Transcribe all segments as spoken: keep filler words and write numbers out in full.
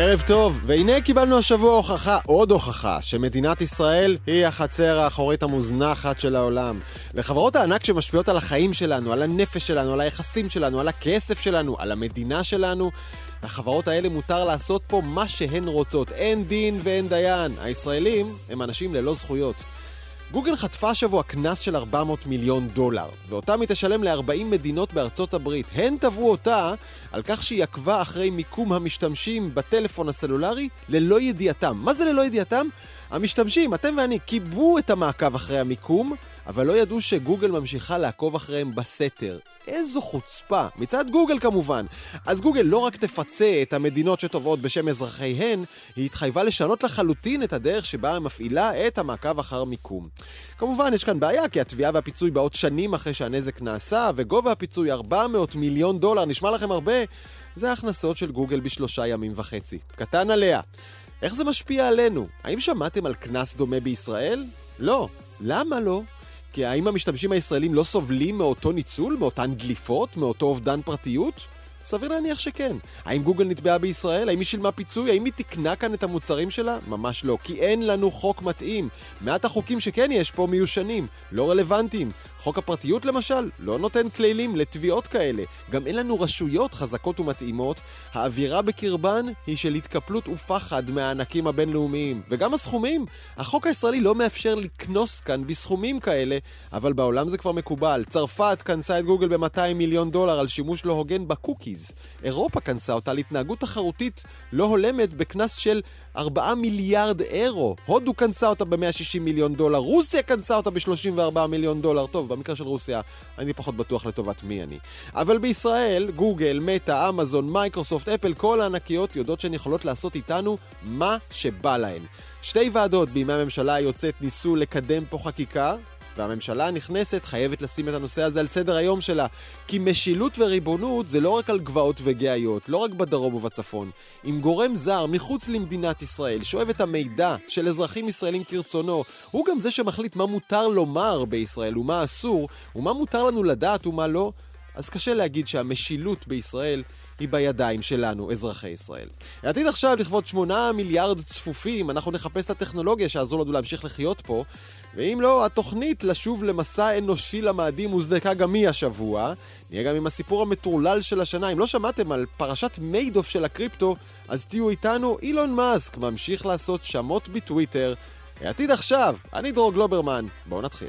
ערב טוב, והנה קיבלנו השבוע הוכחה, עוד הוכחה, שמדינת ישראל היא החצר האחורית המוזנחת של העולם. לחברות הענק שמשפיעות על החיים שלנו, על הנפש שלנו, על היחסים שלנו, על הכסף שלנו, על המדינה שלנו, לחברות האלה מותר לעשות פה מה שהן רוצות. אין דין ואין דיין. הישראלים הם אנשים ללא זכויות. גוגל חטפה שבוע כנס של ארבע מאות מיליון דולר, ואותם היא תשלם ל-ארבעים מדינות בארצות הברית. הן תבעו אותה על כך שהיא עקבה אחרי מיקום המשתמשים בטלפון הסלולרי ללא ידיעתם. מה זה ללא ידיעתם? המשתמשים, אתם ואני, קיבלו את המעקב אחרי המיקום, אבל לא ידעו שגוגל ממשיכה לעקוב אחריהם בסתר. איזו חוצפה, מצד גוגל כמובן. אז גוגל לא רק תפצה את המדינות שטובעות בשם אזרחיהן, היא התחייבה לשנות לחלוטין את הדרך שבה היא מפעילה את המעקב אחר מיקום. כמובן יש כאן בעיה, כי התביעה והפיצוי באות שנים אחרי שהנזק נעשה, וגובה הפיצוי ארבע מאות מיליון דולר, נשמע לכם הרבה? זה ההכנסות של גוגל בשלושה ימים וחצי. קטן עליה. איך זה משפיע עלינו? האם שמעתם על כנס דומה בישראל? לא. למה לא? כי האם המשתמשים הישראלים לא סובלים מאותו ניצול, מאותן דליפות, מאותו אובדן פרטיות? סביר להניח שכן. האם גוגל נתבעה בישראל? האם היא שילמה פיצוי? האם היא תקנה כאן את המוצרים שלה? ממש לא, כי אין לנו חוק מתאים. מעט החוקים שכן יש פה מיושנים, לא רלוונטיים. חוק הפרטיות למשל לא נותן כלילים לתביעות כאלה. גם אין לנו רשויות חזקות ומתאימות. האווירה בקרבן היא של התקפלות ופחד מהענקים הבינלאומיים. וגם הסכומים. החוק הישראלי לא מאפשר לקנוס כאן בסכומים כאלה, אבל בעולם זה כבר מקובל. צרפת כנסה את גוגל ב-מאתיים מיליון דולר על שימוש לא הוגן בקוקיז. אירופה כנסה אותה להתנהגות תחרותית לא הולמת בכנס של ארבעה מיליארד אירו. הודו כנסה אותה ב-מאה ושישים מיליון דולר. רוסיה כנסה אותה ב-שלושים וארבעה מיליון דולר. טוב, במקרה של רוסיה אני פחות בטוח לטובת מי אני. אבל בישראל, גוגל, מטא, אמזון, מייקרוסופט, אפל, כל הענקיות יודעות שהן יכולות לעשות איתנו מה שבא להן. שתי ועדות בימי הממשלה היוצאת ניסו לקדם פה חקיקה, והממשלה הנכנסת חייבת לשים את הנושא הזה על סדר היום שלה, כי משילות וריבונות זה לא רק על גבעות וגאיות, לא רק בדרום ובצפון. אם גורם זר מחוץ למדינת ישראל שואב את המידע של אזרחים ישראלים כרצונו, הוא גם זה שמחליט מה מותר לומר בישראל ומה אסור, ומה מותר לנו לדעת ומה לא, אז קשה להגיד שהמשילות בישראל היא בידיים שלנו, אזרחי ישראל. העתיד עכשיו לכבוד שמונה מיליארד צפופים, אנחנו נחפש את הטכנולוגיה שעזור לנו להמשיך לחיות פה, ואם לא, התוכנית לשוב למסע אנושי למאדים הוזדקה גם היא השבוע. נהיה גם עם הסיפור המטורלל של השנה. אם לא שמעתם על פרשת מיידוף של הקריפטו, אז תהיו איתנו. אילון מאסק ממשיך לעשות שמות בטוויטר. העתיד עכשיו, אני דרור גלוברמן. בואו נתחיל.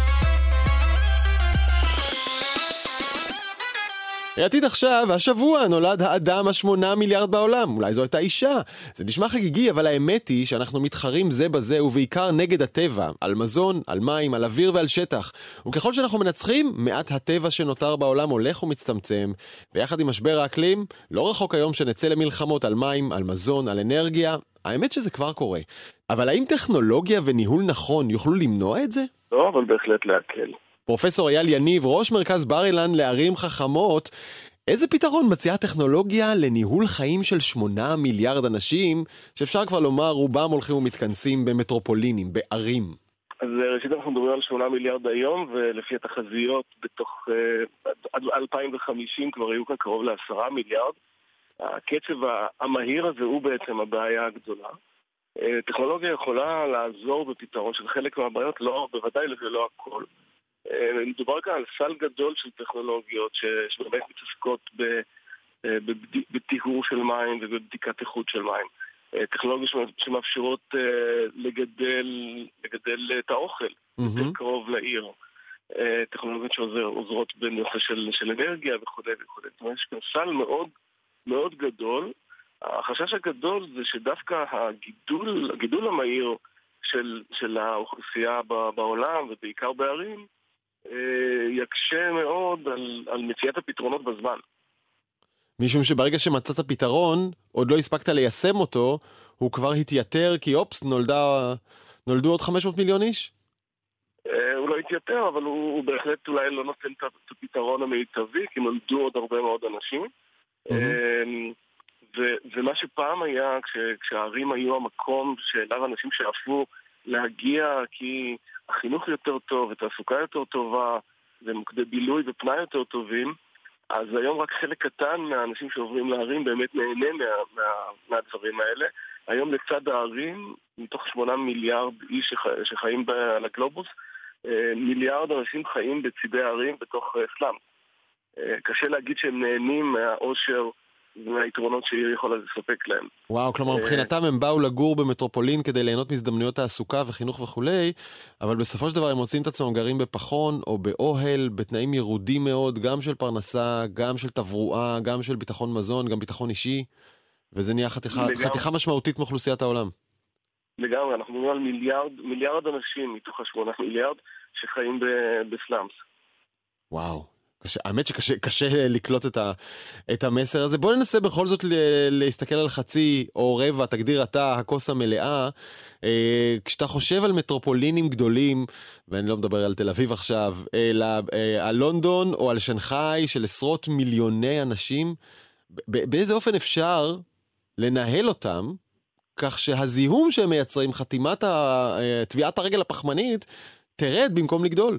העתיד עכשיו, השבוע נולד האדם השמונה מיליארד בעולם. אולי זו הייתה אישה. זה נשמע חגיגי, אבל האמת היא שאנחנו מתחרים זה בזה, ובעיקר נגד הטבע. על מזון, על מים, על אוויר ועל שטח. וככל שאנחנו מנצחים, מעט הטבע שנותר בעולם הולך ומצטמצם. ויחד עם משבר האקלים, לא רחוק היום שנצא למלחמות על מים, על מזון, על אנרגיה. האמת שזה כבר קורה. אבל האם טכנולוגיה וניהול נכון יוכלו למנוע את זה? לא, אבל בהחלט להקל. פרופסור אייל יניב, ראש מרכז בר אילן לערים חכמות, איזה פתרון מציעה טכנולוגיה לניהול חיים של שמונה מיליארד אנשים, שאפשר כבר לומר רובם הולכים ומתכנסים במטרופולינים, בערים? אז ראשית אנחנו מדברים על שמונה מיליארד היום, ולפי התחזיות בתוך עד אלפיים וחמישים כבר היו כאן קרוב לעשרה מיליארד. הקצב המהיר הזה הוא בעצם הבעיה הגדולה. טכנולוגיה יכולה לעזור בפתרון של חלק מהבעיות, לא, בוודאי לא הכל. מדובר כאן על סל גדול של טכנולוגיות שבאמת מתעסקות בטיהור של מים ובבדיקת איכות של מים. טכנולוגיות שמאפשרות לגדל, לגדל את האוכל יותר קרוב לעיר. טכנולוגיות שעוזרות בנושא של, של אנרגיה וכו' וכו'. זאת אומרת, יש כאן סל מאוד, מאוד גדול. החשש הגדול זה שדווקא הגידול, הגידול המהיר של, של האוכלוסייה בעולם ובעיקר בערים, יקשה מאוד על, על מציאת הפתרונות בזמן. משום שברגע שמצאת פתרון, עוד לא הספקת ליישם אותו, הוא כבר התייתר כי אופס, נולדה, נולדו עוד חמש מאות מיליון איש? הוא לא התייתר, אבל הוא, הוא בהחלט אולי לא נותן את הפתרון המיטבי, כי נולדו עוד הרבה מאוד אנשים. ו, ומה שפעם היה, כש, כשהערים היו המקום שאליו אנשים שאפו להגיע כי החינוך יותר טוב, התעסוקה יותר טובה, ומוקדי בילוי ופנאי יותר טובים, אז היום רק חלק קטן מהאנשים שעוברים לערים באמת נהנה מה, מה, מהדברים האלה. היום לצד הערים, מתוך שמונה מיליארד איש שח, שחיים על הגלובוס, מיליארד אנשים חיים בצידי הערים בתוך סלאם. קשה להגיד שהם נהנים מהאושר והיתרונות שהעיר יכולה לספק להם. וואו, כלומר, מבחינתם הם באו לגור במטרופולין כדי ליהנות מזדמנויות תעסוקה וחינוך וכולי, אבל בסופו של דבר הם מוצאים את עצמם גרים בפחון או באוהל, בתנאים ירודים מאוד, גם של פרנסה, גם של תברואה, גם של ביטחון מזון, גם ביטחון אישי, וזה נהיה חתיכה, חתיכה משמעותית מאוכלוסיית העולם. לגמרי, אנחנו מדברים על מיליארד, מיליארד אנשים מתוך השמונה מיליארד שחיים בסלאמס. וואו. קשה, האמת שקשה קשה לקלוט את, ה, את המסר הזה. בוא ננסה בכל זאת ל- להסתכל על חצי או רבע, תגדיר אתה, הכוס המלאה. אה, כשאתה חושב על מטרופולינים גדולים, ואני לא מדבר על תל אביב עכשיו, אלא אה, על לונדון או על שנגחאי של עשרות מיליוני אנשים, ב- באיזה אופן אפשר לנהל אותם, כך שהזיהום שהם מייצרים, חתימת ה- תביעת הרגל הפחמנית, תרד במקום לגדול?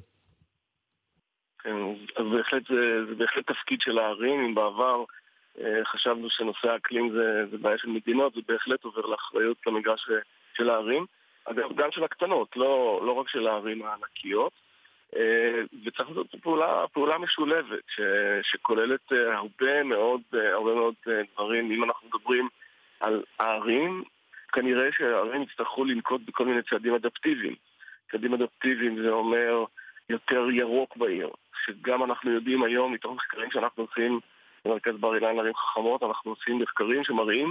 אז בהחלט זה, זה בהחלט תפקיד של הערים. אם בעבר אה, חשבנו שנושא האקלים זה, זה בעיה של מדינות, זה בהחלט עובר לאחריות למגרש של הערים. אגב, גם של הקטנות, לא, לא רק של הערים הענקיות. אה, וצריך לעשות פעולה, פעולה משולבת, ש, שכוללת אה, הרבה מאוד, אה, הרבה מאוד אה, דברים. אם אנחנו מדברים על הערים, כנראה שהערים יצטרכו לנקוט בכל מיני צעדים אדפטיביים. צעדים אדפטיביים זה אומר יותר ירוק בעיר. שגם אנחנו יודעים היום, מתוך מחקרים שאנחנו עושים במרכז בר אילן לערים חכמות, אנחנו עושים מחקרים שמראים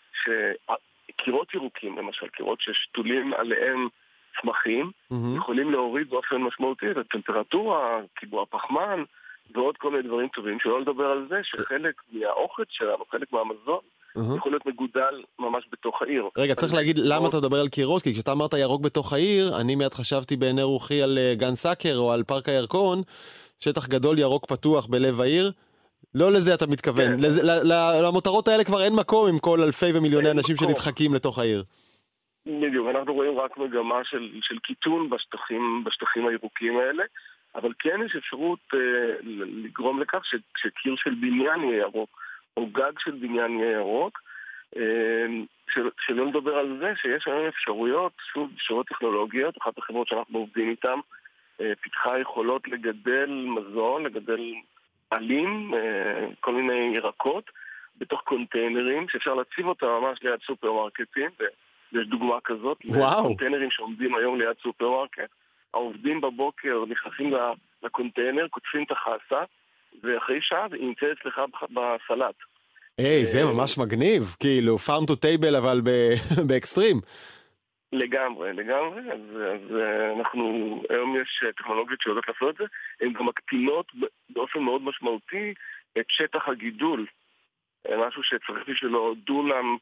שקירות ירוקים, למשל, קירות ששתולים עליהם צמחים, mm-hmm. יכולים להוריד באופן משמעותי את הטמפרטורה, קיבוע הפחמן, ועוד כל מיני דברים טובים, שלא לדבר על זה שחלק מהאוכל שלנו, חלק מהמזון, mm-hmm. יכול להיות מגודל ממש בתוך העיר. רגע, צריך להגיד למה מאוד... אתה מדבר על קירות, כי כשאתה אמרת ירוק בתוך העיר, אני מיד חשבתי בעיני רוחי על גן סאקר או על פארק הירקון, שטח גדול ירוק פתוח בלב העיר. לא לזה אתה מתכוון. כן. לזה, למותרות האלה כבר אין מקום עם כל אלפי ומיליוני אנשים מקום. שנדחקים לתוך העיר. בדיוק, אנחנו רואים רק מגמה של, של קיטון בשטחים, בשטחים הירוקים האלה, אבל כן יש אפשרות אה, לגרום לכך ש, שקיר של בניין יהיה ירוק, או גג של בניין יהיה ירוק, אה, של, שלא לדבר על זה שיש היום אפשרויות, שוב, אפשרויות טכנולוגיות, אחת החברות שאנחנו עובדים איתן, פיתחה יכולות לגדל מזון, לגדל עלים, כל מיני ירקות, בתוך קונטיינרים, שאפשר להציב אותם ממש ליד סופרמרקטים, ויש דוגמה כזאת, קונטיינרים שעומדים היום ליד סופרמרקט, העובדים בבוקר נכנסים לקונטיינר, כותפים את החסה, ואחרי שעה היא נמצאת אצלך בסלט. היי, זה ממש מגניב, כאילו, farm to table אבל באקסטרים. לגמרי, לגמרי, אז, אז אנחנו, היום יש טכנולוגיות שיודעות לעשות את זה, הן גם מקטינות באופן מאוד משמעותי את שטח הגידול, משהו שצריך בשבילו דונם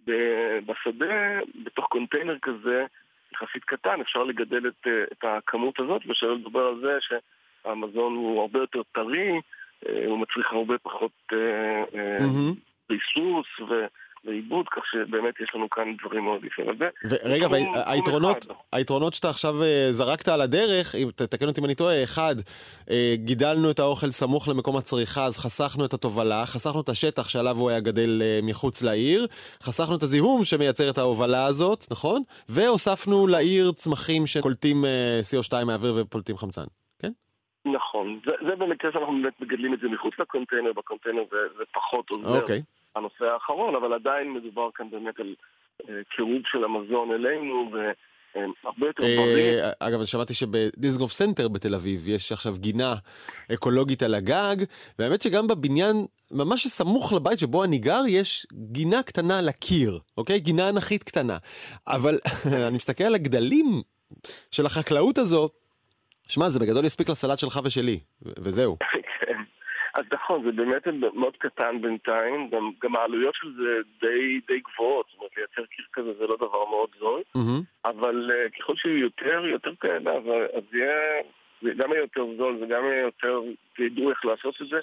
בשדה, בתוך קונטיינר כזה, יחסית קטן, אפשר לגדל את, את הכמות הזאת, ושאלה לדבר על זה שהמזון הוא הרבה יותר טרי, הוא מצריך הרבה פחות mm-hmm. ריסוס ו... ועיבוד, כך שבאמת יש לנו כאן דברים מאוד יפים. רגע, והיתרונות, היתרונות שאתה עכשיו זרקת על הדרך, תתקן אותי אם אני טועה, אחד, גידלנו את האוכל סמוך למקום הצריכה, אז חסכנו את התובלה, חסכנו את השטח שעליו הוא היה גדל מחוץ לעיר, חסכנו את הזיהום שמייצר את ההובלה הזאת, נכון? והוספנו לעיר צמחים שקולטים סי או שתיים מהאוויר ופולטים חמצן, כן? נכון, זה, זה במקרה שאנחנו באמת מגדלים את זה מחוץ לקונטיינר, בקונטיינר זה, זה פחות עוזר. אוקיי. הנושא האחרון, אבל עדיין מדובר כאן באמת על קירוב של המזון אלינו, והרבה יותר בריא. אגב, שמעתי שבדיסגוף סנטר בתל אביב יש עכשיו גינה אקולוגית על הגג, והאמת שגם בבניין, ממש סמוך לבית שבו אני גר, יש גינה קטנה על הקיר, אוקיי? גינה אנכית קטנה. אבל אני מסתכל על הגדלים של החקלאות הזו, שמע, זה בגדול יספיק לסלט שלך ושלי, וזהו. אז נכון, זה באמת מאוד קטן בינתיים, גם, גם העלויות של זה די, די גבוהות, זאת אומרת, לייצר קיר כזה זה לא דבר מאוד זול, mm-hmm. אבל uh, ככל שיהיו יותר, יותר כאלה, אז, אז יהיה, זה גם יהיה יותר זול, זה גם יהיה יותר, תדעו איך לעשות את זה,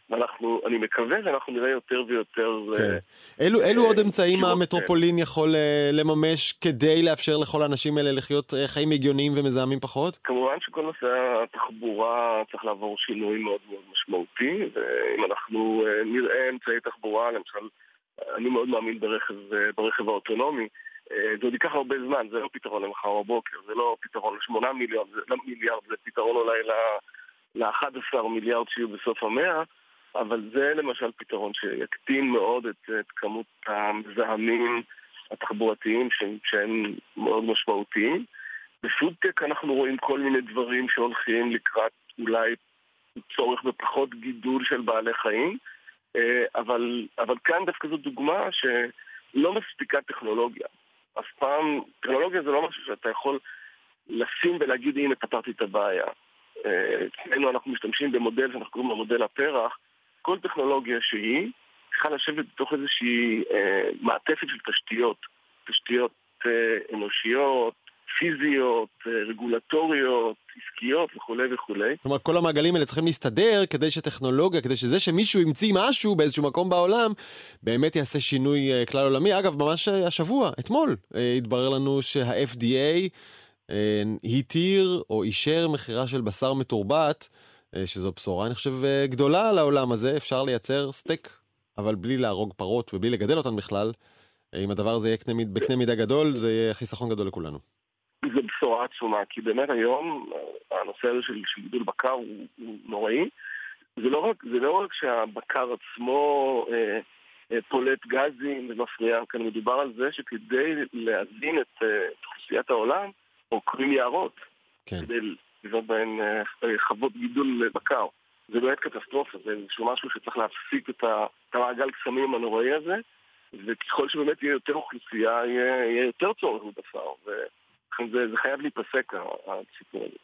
ואנחנו, אני מקווה שאנחנו נראה יותר ויותר... כן. אילו, אילו עוד אמצעים המטרופולין יכול לממש כדי לאפשר לכל האנשים האלה לחיות חיים הגיוניים ומזהמים פחות? כמובן שכל נושא התחבורה צריך לעבור שינוי מאוד מאוד משמעותי, ואם אנחנו נראה אמצעי תחבורה, למשל, אני מאוד מאמין ברכב, ברכב האוטונומי, זה עוד ייקח הרבה זמן, זה לא פתרון למחר בבוקר, זה לא פתרון לשמונה מיליון, זה לא מיליארד, זה פתרון אולי ל-אחד עשר מיליארד שיהיו בסוף המאה, אבל זה למשל פתרון שיקטין מאוד את, את כמות המזהמים התחבורתיים שהם מאוד משמעותיים. בפודטק אנחנו רואים כל מיני דברים שהולכים לקראת אולי צורך בפחות גידול של בעלי חיים, אבל, אבל כאן דווקא זו דוגמה שלא מספיקה טכנולוגיה. אף פעם, טכנולוגיה זה לא משהו שאתה יכול לשים ולהגיד הנה פתרתי את הבעיה. אצלנו אנחנו משתמשים במודל שאנחנו קוראים לו מודל הפרח. כל טכנולוגיה שהיא צריכה לשבת בתוך איזושהי אה, מעטפת של תשתיות, תשתיות אה, אנושיות, פיזיות, אה, רגולטוריות, עסקיות וכו' וכו'. כלומר, כל המעגלים האלה צריכים להסתדר כדי שטכנולוגיה, כדי שזה שמישהו ימציא משהו באיזשהו מקום בעולם, באמת יעשה שינוי אה, כלל עולמי. אגב, ממש השבוע, אתמול, אה, התברר לנו שה-אף די איי אה, התיר או אישר מחירה של בשר מתורבת, שזו בשורה, אני חושב, גדולה לעולם הזה. אפשר לייצר סטייק, אבל בלי להרוג פרות ובלי לגדל אותן בכלל. אם הדבר הזה יהיה בקנה מידה גדול, זה יהיה חיסכון גדול לכולנו. זה בשורה עצומה, כי באמת היום הנושא הזה של, של גידול בקר הוא, הוא נוראי. זה לא רק, זה לא רק שהבקר עצמו אה, אה, פולט גזים ומפריע, כאן מדובר על זה שכדי להזין את אוכלוסיית העולם, עוקרים יערות. כן. כדי לבנות בהן חוות גידול לבקר. זה באמת קטסטרופה, זה איזשהו משהו שצריך להפסיק את המעגל קסמים הנוראי הזה, וככל שבאמת יהיה יותר אוכלוסייה, יהיה, יהיה יותר צורך בבשר, וזה זה חייב להיפסק, הסיפור הזה.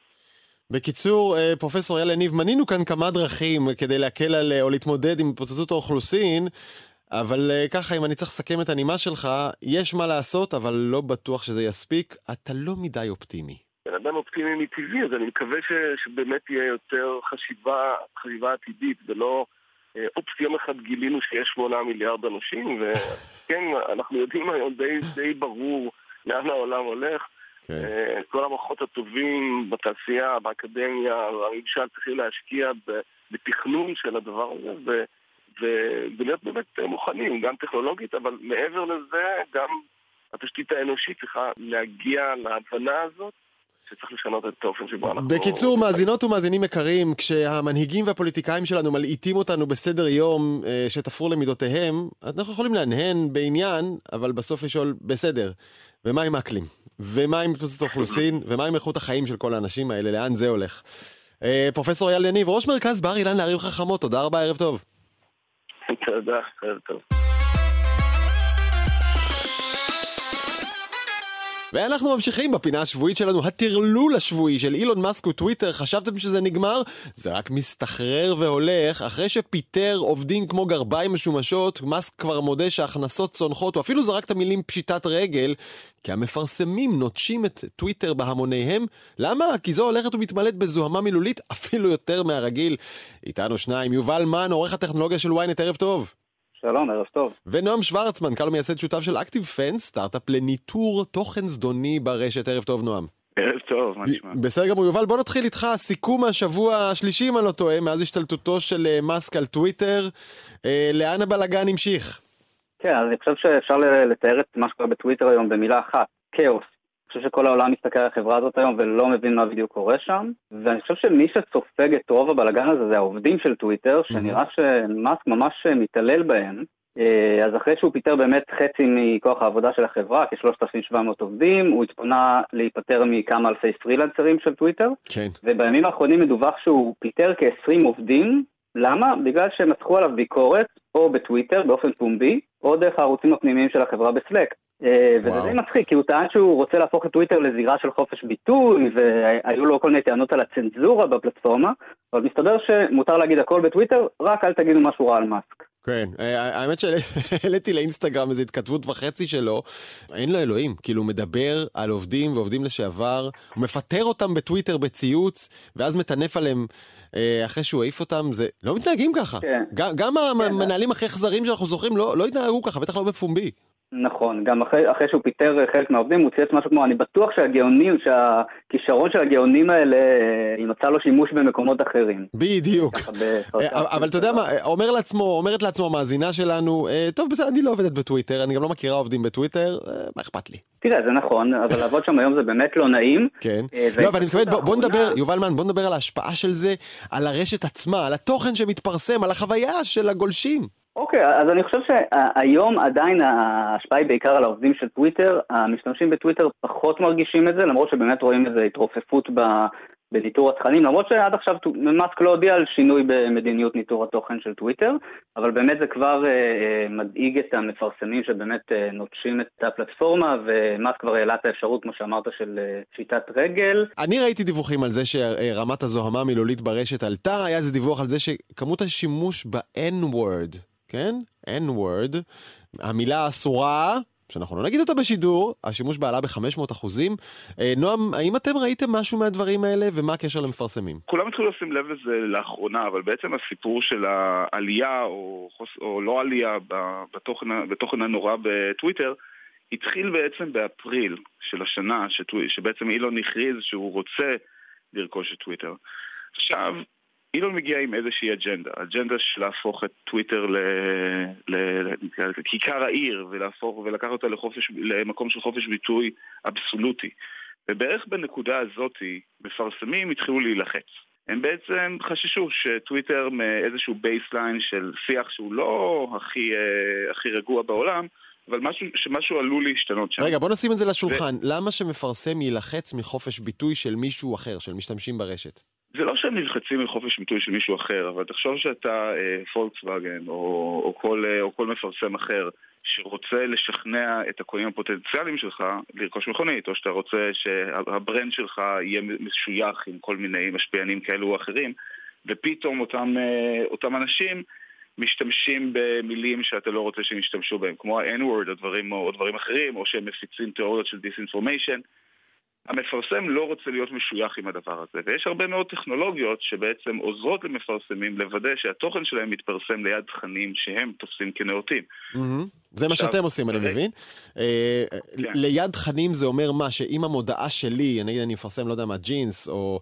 בקיצור, פרופסור אייל יניב, מנינו כאן כמה דרכים כדי להקל על, או להתמודד עם התפוצצות האוכלוסין, אבל ככה, אם אני צריך לסכם את הנימה שלך, יש מה לעשות, אבל לא בטוח שזה יספיק. אתה לא מדי אופטימי. בן אדם אופטימי מטבעי, אז אני מקווה ש, שבאמת תהיה יותר חשיבה, חשיבה עתידית, ולא אופס יום אחד גילינו שיש שמונה מיליארד אנשים, וכן, אנחנו יודעים היום די, די ברור לאן העולם הולך. Okay. כל המוחות הטובים בתעשייה, באקדמיה, הממשל צריכים להשקיע בתכנון של הדבר הזה, ו, ולהיות באמת מוכנים, גם טכנולוגית, אבל מעבר לזה, גם התשתית האנושית צריכה להגיע להבנה הזאת, שצריך לשנות את האופן שבו אנחנו... בקיצור, מאזינות ומאזינים יקרים, כשהמנהיגים והפוליטיקאים שלנו מלעיטים אותנו בסדר יום שתפרו למידותיהם, אנחנו יכולים להנהן בעניין, אבל בסוף לשאול, בסדר, ומה עם אקלים? ומה עם התפוצצות האוכלוסין? ומה עם איכות החיים של כל האנשים האלה? לאן זה הולך? פרופסור אייל יניב, ראש מרכז בר אילן לערים חכמות, תודה רבה, ערב טוב. תודה, ערב טוב. ואנחנו ממשיכים בפינה השבועית שלנו, הטרלול השבועי של אילון מאסק וטוויטר. חשבתם שזה נגמר? זה רק מסתחרר והולך. אחרי שפיטר עובדים כמו גרביים משומשות, מאסק כבר מודה שהכנסות צונחות, או אפילו זרק את המילים פשיטת רגל, כי המפרסמים נוטשים את טוויטר בהמוניהם. למה? כי זו הולכת ומתמלאת בזוהמה מילולית אפילו יותר מהרגיל. איתנו שניים, יובל מן, עורך הטכנולוגיה של וויינט, ערב טוב. שלום, ערב טוב. ונועם שוורץ, מנכ"ל ומייסד שותף של אקטיב פנס, סטארט-אפ לניטור תוכן זדוני ברשת. ערב טוב, נועם. ערב טוב, מה נשמע? בסדר גמור, יובל, בוא נתחיל איתך. סיכום השבוע השלישי, אם אני לא טועה, מאז השתלטותו של מאסק על טוויטר. אה, לאן הבלגן המשיך? כן, אז אני חושב שאפשר לתאר את מה שקורה בטוויטר היום במילה אחת, כאוס. אני חושב שכל העולם מסתכל על החברה הזאת היום ולא מבין מה בדיוק קורה שם, ואני חושב שמי שסופג את רוב הבלגן הזה זה העובדים של טוויטר, שנראה שמאסק ממש מתעלל בהם. אז אחרי שהוא פיטר באמת חצי מכוח העבודה של החברה, כ-שלושת אלפים שבע מאות עובדים, הוא התפנה להיפטר מכמה אלפי פרילנסרים של טוויטר, כן. ובימים האחרונים מדווח שהוא פיטר כ-עשרים עובדים. למה? בגלל שהם מתחו עליו ביקורת, או בטוויטר באופן פומבי, או דרך הערוצים הפנימיים של החברה בסלק. וזה די מצחיק, כי הוא טען שהוא רוצה להפוך את טוויטר לזירה של חופש ביטוי, והיו לו כל מיני טענות על הצנזורה בפלטפורמה, אבל מסתבר שמותר להגיד הכל בטוויטר, רק אל תגידו משהו רע על מאסק. כן, האמת שהעליתי לאינסטגרם איזו התכתבות וחצי שלו, אין לו אלוהים, כאילו הוא מדבר על עובדים ועובדים לשעבר, הוא מפטר אותם בטוויטר בציוץ, ואז מטנף עליהם אחרי שהוא העיף אותם, זה לא מתנהגים ככה. כן. גם, גם כן. המנהלים הכי אכזרים שאנחנו זוכרים לא, לא התנהגו ככה, בטח לא בפומבי. נכון, גם אחרי, אחרי שהוא פיטר חלק מהעובדים, הוא צייץ משהו כמו, אני בטוח שהגאונים, שהכישרון של הגאונים האלה, ימצא לו שימוש במקומות אחרים. בדיוק. אבל אתה יודע מה, אומר לעצמו, אומרת לעצמו המאזינה שלנו, טוב, בסדר, אני לא עובדת בטוויטר, אני גם לא מכירה עובדים בטוויטר, מה אכפת לי? תראה, זה נכון, אבל לעבוד שם היום זה באמת לא נעים. כן. לא, אבל אני מתכוון, בוא נדבר, יובל מן, בוא נדבר על ההשפעה של זה, על הרשת עצמה, על התוכן שמתפרסם, על החוויה של הגולשים. אוקיי, אז אני חושב שהיום עדיין ההשפעה היא בעיקר על העובדים של טוויטר, המשתמשים בטוויטר פחות מרגישים את זה, למרות שבאמת רואים איזו התרופפות בניטור התכנים, למרות שעד עכשיו מאסק לא הודיע על שינוי במדיניות ניטור התוכן של טוויטר, אבל באמת זה כבר מדאיג את המפרסמים שבאמת נוטשים את הפלטפורמה, ומאסק כבר העלה את האפשרות, כמו שאמרת, של שיטת רגל. אני ראיתי דיווחים על זה שרמת הזוהמה המילולית ברשת עלתה, היה איזה דיווח על זה שכמות השימוש ב-N-word, כן? N-word, המילה האסורה, שאנחנו לא נגיד אותה בשידור, השימוש בעלה ב-חמש מאות אחוזים. נועם, האם אתם ראיתם משהו מהדברים האלה, ומה הקשר למפרסמים? כולם התחילו לשים לב לזה לאחרונה, אבל בעצם הסיפור של העלייה, או, או לא עלייה, בתוכן, בתוכן הנורא בטוויטר, התחיל בעצם באפריל של השנה, שבעצם אילון הכריז שהוא רוצה לרכוש את טוויטר. עכשיו, אילון מגיע עם איזושהי אג'נדה, אג'נדה של להפוך את טוויטר לכיכר העיר, ולהפוך, ולקח אותה לחופש, למקום של חופש ביטוי אבסולוטי. ובערך בנקודה הזאת, מפרסמים התחילו להילחץ. הם בעצם חששו שטוויטר מאיזשהו בייסליין של שיח שהוא לא הכי, הכי רגוע בעולם, אבל משהו, שמשהו עלול להשתנות שם. רגע, בוא נשים את זה לשולחן. ו... למה שמפרסם ילחץ מחופש ביטוי של מישהו אחר, של משתמשים ברשת? זה לא שהם נלחצים מחופש ביטוי של מישהו אחר, אבל תחשוב שאתה אה, פולקסווגן או, או, כל, אה, או כל מפרסם אחר שרוצה לשכנע את הקונים הפוטנציאליים שלך לרכוש מכונית, או שאתה רוצה שהברנד שלך יהיה משוייך עם כל מיני משפיענים כאלו או אחרים, ופתאום אותם, אה, אותם אנשים משתמשים במילים שאתה לא רוצה שהם ישתמשו בהם, כמו ה-N-word או דברים, או דברים אחרים, או שהם מפיצים תיאוריות של דיסאינפורמיישן. המפרסם לא רוצה להיות משוייך עם הדבר הזה, ויש הרבה מאוד טכנולוגיות שבעצם עוזרות למפרסמים לוודא שהתוכן שלהם מתפרסם ליד תכנים שהם תופסים כנאותים. זה מה שאתם עושים, אני מבין. ליד תכנים זה אומר מה, שאם המודעה שלי, אני מפרסם, לא יודע מה, ג'ינס או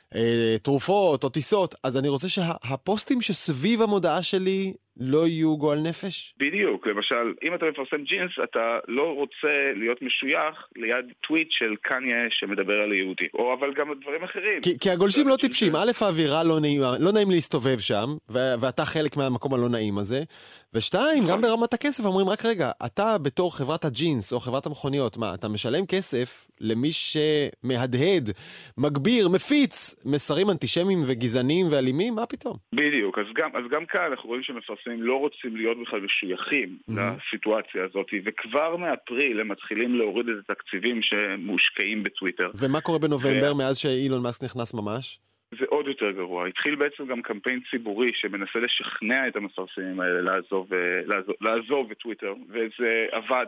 תרופות או טיסות, אז אני רוצה שהפוסטים שסביב המודעה שלי לא יהיו גועל נפש? בדיוק, למשל, אם אתה מפרסם ג'ינס, אתה לא רוצה להיות משוייך ליד טוויט של קניה שמדבר על יהודי, או אבל גם דברים אחרים. כי, כי הגולשים לא טיפשים, א', האווירה לא נעימה, לא נעים להסתובב שם, ו- ואתה חלק מהמקום הלא נעים הזה, ושתיים, גם ברמת הכסף, אומרים רק רגע, אתה בתור חברת הג'ינס או חברת המכוניות, מה, אתה משלם כסף למי שמהדהד, מגביר, מפיץ, מסרים אנטישמיים וגזעניים ואלימים? מה פתאום? בדיוק, אז גם, אז גם כאן אנחנו רואים שמפרסמים לא רוצים להיות בכלל משוייכים mm-hmm. לסיטואציה הזאת, וכבר מאפריל הם מתחילים להוריד את התקציבים שמושקעים בטוויטר. ומה קורה בנובמבר ו... מאז שאילון מאסק נכנס ממש? זה עוד יותר גרוע. התחיל בעצם גם קמפיין ציבורי שמנסה לשכנע את המפרסמים האלה לעזוב, לעזוב, לעזוב את טוויטר, וזה עבד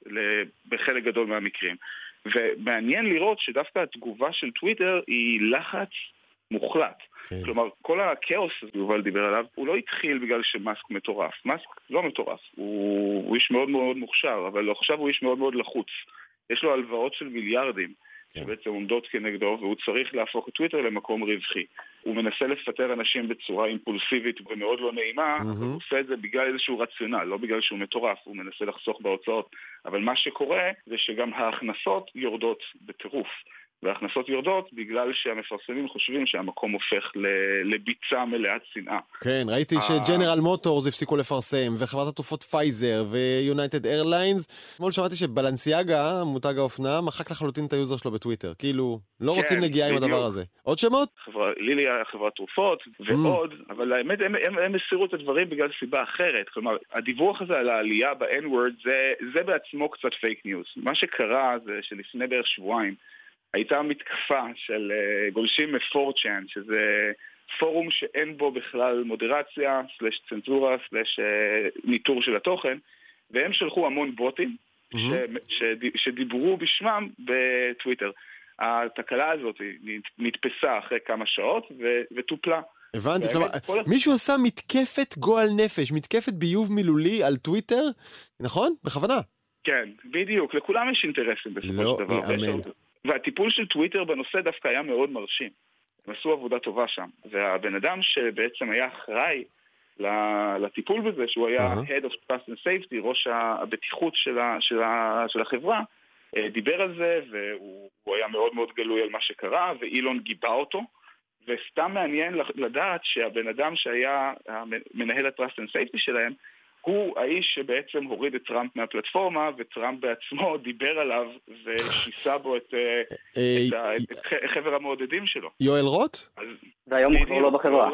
בחלק גדול מהמקרים. ומעניין לראות שדווקא התגובה של טוויטר היא לחץ מוחלט. כן. כלומר, כל הכאוס יובל דיבר עליו, הוא לא התחיל בגלל שמאסק מטורף. מאסק לא מטורף. הוא, הוא איש מאוד מאוד מוכשר, אבל עכשיו הוא איש מאוד מאוד לחוץ. יש לו הלוואות של מיליארדים. שבעצם עומדות כנגדו, והוא צריך להפוך את טוויטר למקום רווחי. הוא מנסה לפטר אנשים בצורה אימפולסיבית ומאוד לא נעימה, mm-hmm. אבל הוא עושה את זה בגלל איזשהו רציונל, לא בגלל שהוא מטורף, הוא מנסה לחסוך בהוצאות. אבל מה שקורה זה שגם ההכנסות יורדות בטירוף. וההכנסות יורדות בגלל שהמפרסמים חושבים שהמקום הופך לביצה מלאת שנאה. כן, ראיתי שג'נרל מוטורס הפסיקו לפרסם, וחברת התרופות פייזר ויונייטד איירליינס. אתמול שמעתי שבלנסיאגה, מותג האופנה, מחק לחלוטין את היוזר שלו בטוויטר. כאילו, לא רוצים נגיעה עם הדבר הזה. עוד שמות? לילי היה חברת תרופות ועוד, אבל האמת, הם הסירו את הדברים בגלל סיבה אחרת. כלומר, הדיווח הזה על העלייה ב-N-word, זה בעצמו קצת פייק ניוז. מה שקרה זה שלפני בערך שבועיים, הייתה מתקפה של uh, גולשים מ-פור צ'אן, שזה פורום שאין בו בכלל מודרציה, סלש צנזורה, סלש ניטור של התוכן, והם שלחו המון בוטים mm-hmm. ש, שדיברו בשמם בטוויטר. התקלה הזאת נתפסה אחרי כמה שעות וטופלה. הבנתי, כלומר, מישהו עשה מתקפת גועל נפש, מתקפת ביוב מילולי על טוויטר, נכון? בכוונה. כן, בדיוק, לכולם יש אינטרסים בסופו לא של דבר. יאמן. והטיפול של טוויטר בנושא דווקא היה מאוד מרשים. הם עשו עבודה טובה שם. והבן אדם שבעצם היה אחראי לטיפול בזה, שהוא היה uh-huh. Head of Trust and Safety, ראש הבטיחות של, ה, של, ה, של החברה, דיבר על זה, והוא היה מאוד מאוד גלוי על מה שקרה, ואילון גיבה אותו, וסתם מעניין לדעת שהבן אדם שהיה מנהל ה-Trust and Safety שלהם, הוא האיש שבעצם הוריד את טראמפ מהפלטפורמה, וטראמפ בעצמו דיבר עליו ושיסה בו את חבר המעודדים שלו. יואל רוט? והיום הוא כבר לא בחברה.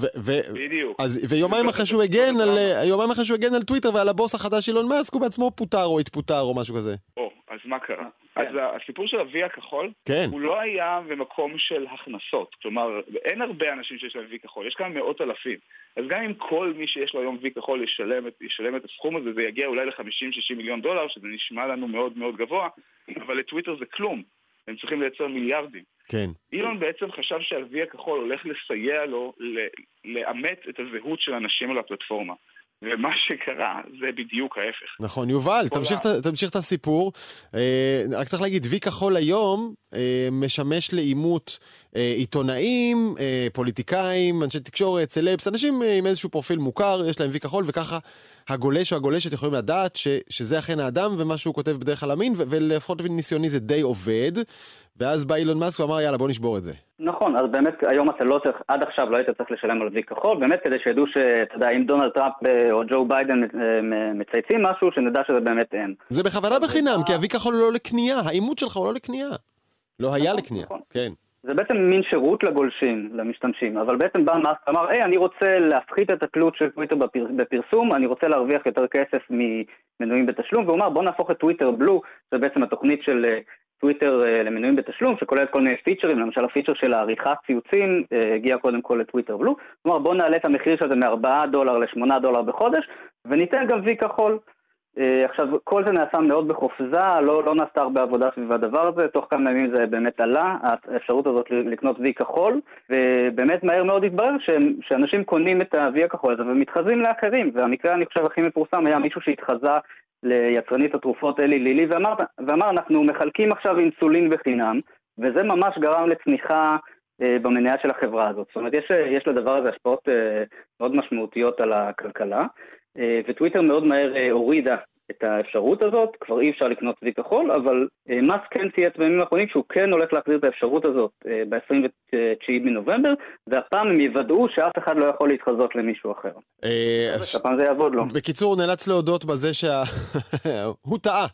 בדיוק. ויומיים אחרי שהוא הגן על יומיים אחרי שהוא הגן על טוויטר ועל הבוס החדש אילון מאסק, הוא בעצמו פוטר או התפוטר או משהו כזה. או, אז מה קרה? אז הסיפור של ה-וי הכחול, הוא לא היה במקום של הכנסות. כלומר, אין הרבה אנשים שיש להם וי כחול, יש כמה מאות אלפים. אז גם אם כל מי שיש לו היום וי כחול ישלם את, ישלם את הסכום הזה, זה יגיע אולי ל-חמישים שישים מיליון דולר, שזה נשמע לנו מאוד מאוד גבוה, אבל לטוויטר זה כלום. הם צריכים לייצר מיליארדים. כן. אילון בעצם חשב שהוי הכחול הולך לסייע לו לאמת את הזהות של אנשים על הפלטפורמה. ומה שקרה זה בדיוק ההפך. נכון, יובל, תמשיך, ה... תמשיך את הסיפור. אה, רק צריך להגיד, וי כחול היום אה, משמש לאימות אה, עיתונאים, אה, פוליטיקאים, אנשי תקשורת, סלבס, אנשים אה, עם איזשהו פרופיל מוכר, יש להם וי כחול, וככה הגולש או הגולשת יכולים לדעת ש, שזה אכן האדם, ומה שהוא כותב בדרך כלל אמין, ו- ולפחות ניסיוני זה די עובד, ואז בא אילון מאסק ואמר, יאללה, בוא נשבור את זה. נכון, אז באמת היום אתה לא צריך, עד עכשיו לא היית צריך לשלם על וי כחול, באמת כדי שידעו שאתה יודע, אם דונלד טראמפ או ג'ו ביידן מצייצים משהו, שנדע שזה באמת אין. זה בכוונה בחינם, כי הוי כחול לא לקנייה, האימות שלך הוא לא לקנייה. לא היה לקנייה, כן. זה בעצם מין שירות לגולשים, למשתמשים, אבל בעצם בא מאסק אמר, היי, אני רוצה להפחית את התלות של טוויטר בפרסום, אני רוצה להרוויח יותר כסף ממנויים בתשלום, והוא אמר, בוא נהפוך את טוויטר בלו, זה בעצם התוכנית של טוויטר למנויים בתשלום, שכוללת כל מיני פיצ'רים, למשל הפיצ'ר של העריכת ציוצים, הגיע קודם כל לטוויטר בלו, כלומר בוא נעלה את המחיר של זה מ-ארבעה דולר ל-שמונה דולר בחודש, וניתן גם וי כחול. עכשיו, כל זה נעשה מאוד בחופזה, לא, לא נעשתה הרבה עבודה סביב הדבר הזה, תוך כמה ימים זה באמת עלה, האפשרות הזאת לקנות וי כחול, ובאמת מהר מאוד התברר שאנשים קונים את הוי הכחול הזה ומתחזים לאחרים, והמקרה אני חושב הכי מפורסם היה מישהו שהתחזה ליצרנית התרופות אלי לילי, ואמר, ואמר אנחנו מחלקים עכשיו אינסולין בחינם, וזה ממש גרם לצניחה במניה של החברה הזאת. זאת אומרת, יש, יש לדבר הזה השפעות מאוד משמעותיות על הכלכלה, וטוויטר מאוד מהר הורידה את האפשרות הזאת, כבר אי אפשר לקנות וי כחול, אבל מאסק כן צייץ בימים האחרונים שהוא כן הולך להחזיר את האפשרות הזאת ב-עשרים ותשעה בנובמבר, והפעם הם יוודאו שאף אחד לא יכול להתחזות למישהו אחר. הפעם זה יעבוד לו. בקיצור, נאלץ להודות בזה שהוא טעה.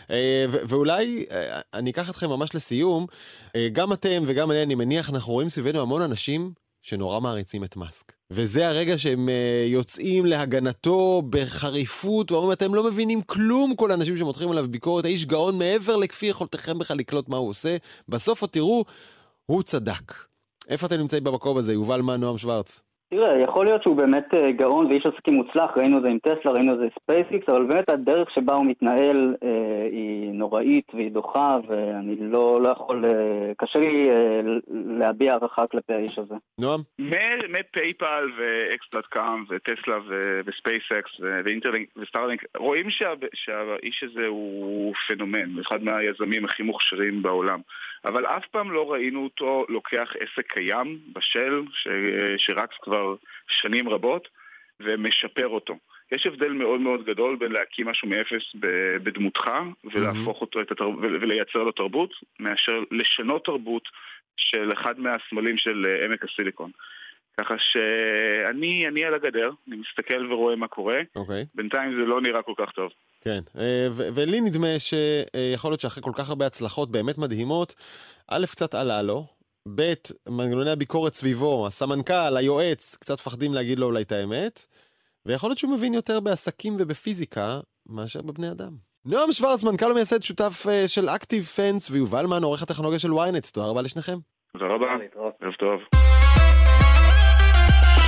ואולי אני אקח אתכם ממש לסיום, גם אתם וגם אני, אני מניח, אנחנו רואים סביבנו המון אנשים שנורא מעריצים את מאסק. וזה הרגע שהם יוצאים להגנתו בחריפות, ואומרים, אתם לא מבינים כלום, כל האנשים שמותחים עליו ביקורת, האיש גאון מעבר לכפי יכולתכם בכלל לקלוט מה הוא עושה. בסוף עוד תראו, הוא צדק. איפה אתם נמצאים במקום הזה? יובל מן, נועם שוורץ. תראה, יכול להיות שהוא באמת גאון ואיש עסקים מוצלח, ראינו את זה עם טסלה, ראינו את זה עם ספייסיקס, אבל באמת הדרך שבה הוא מתנהל אה, היא נוראית והיא דוחה, ואני לא, לא יכול, אה, קשה לי אה, להביע הערכה כלפי האיש הזה. נועם? מפייפל ו-אקס דוט קום וטסלה וספייסיקס ואינטרלינק וסטארלינק, רואים שה, שהאיש הזה הוא פנומן, אחד מהיזמים הכי מוכשרים בעולם. אבל אף פעם לא ראינו אותו לוקח עסק קיים בשל, ש, שרץ כבר שנים רבות, ומשפר אותו. יש הבדל מאוד מאוד גדול בין להקים משהו מאפס בדמותך, ולהפוך אותו, ולייצר לו תרבות, מאשר לשנות תרבות של אחד מהסמלים של עמק הסיליקון. ככה שאני אני על הגדר, אני מסתכל ורואה מה קורה, okay. בינתיים זה לא נראה כל כך טוב. כן, ולי נדמה שיכול להיות שאחרי כל כך הרבה הצלחות באמת מדהימות, א' קצת עלה לו, ב' מנגנוני הביקורת סביבו, הסמנכ"ל, היועץ, קצת פחדים להגיד לו אולי את האמת, ויכול להיות שהוא מבין יותר בעסקים ובפיזיקה מאשר בבני אדם. נועם שוורץ, מנכ"ל ומייסד שותף של אקטיב פנס, ויובל מן, עורך הטכנולוגיה של וויינט. תודה רבה לשניכם. תודה רבה, ערב טוב.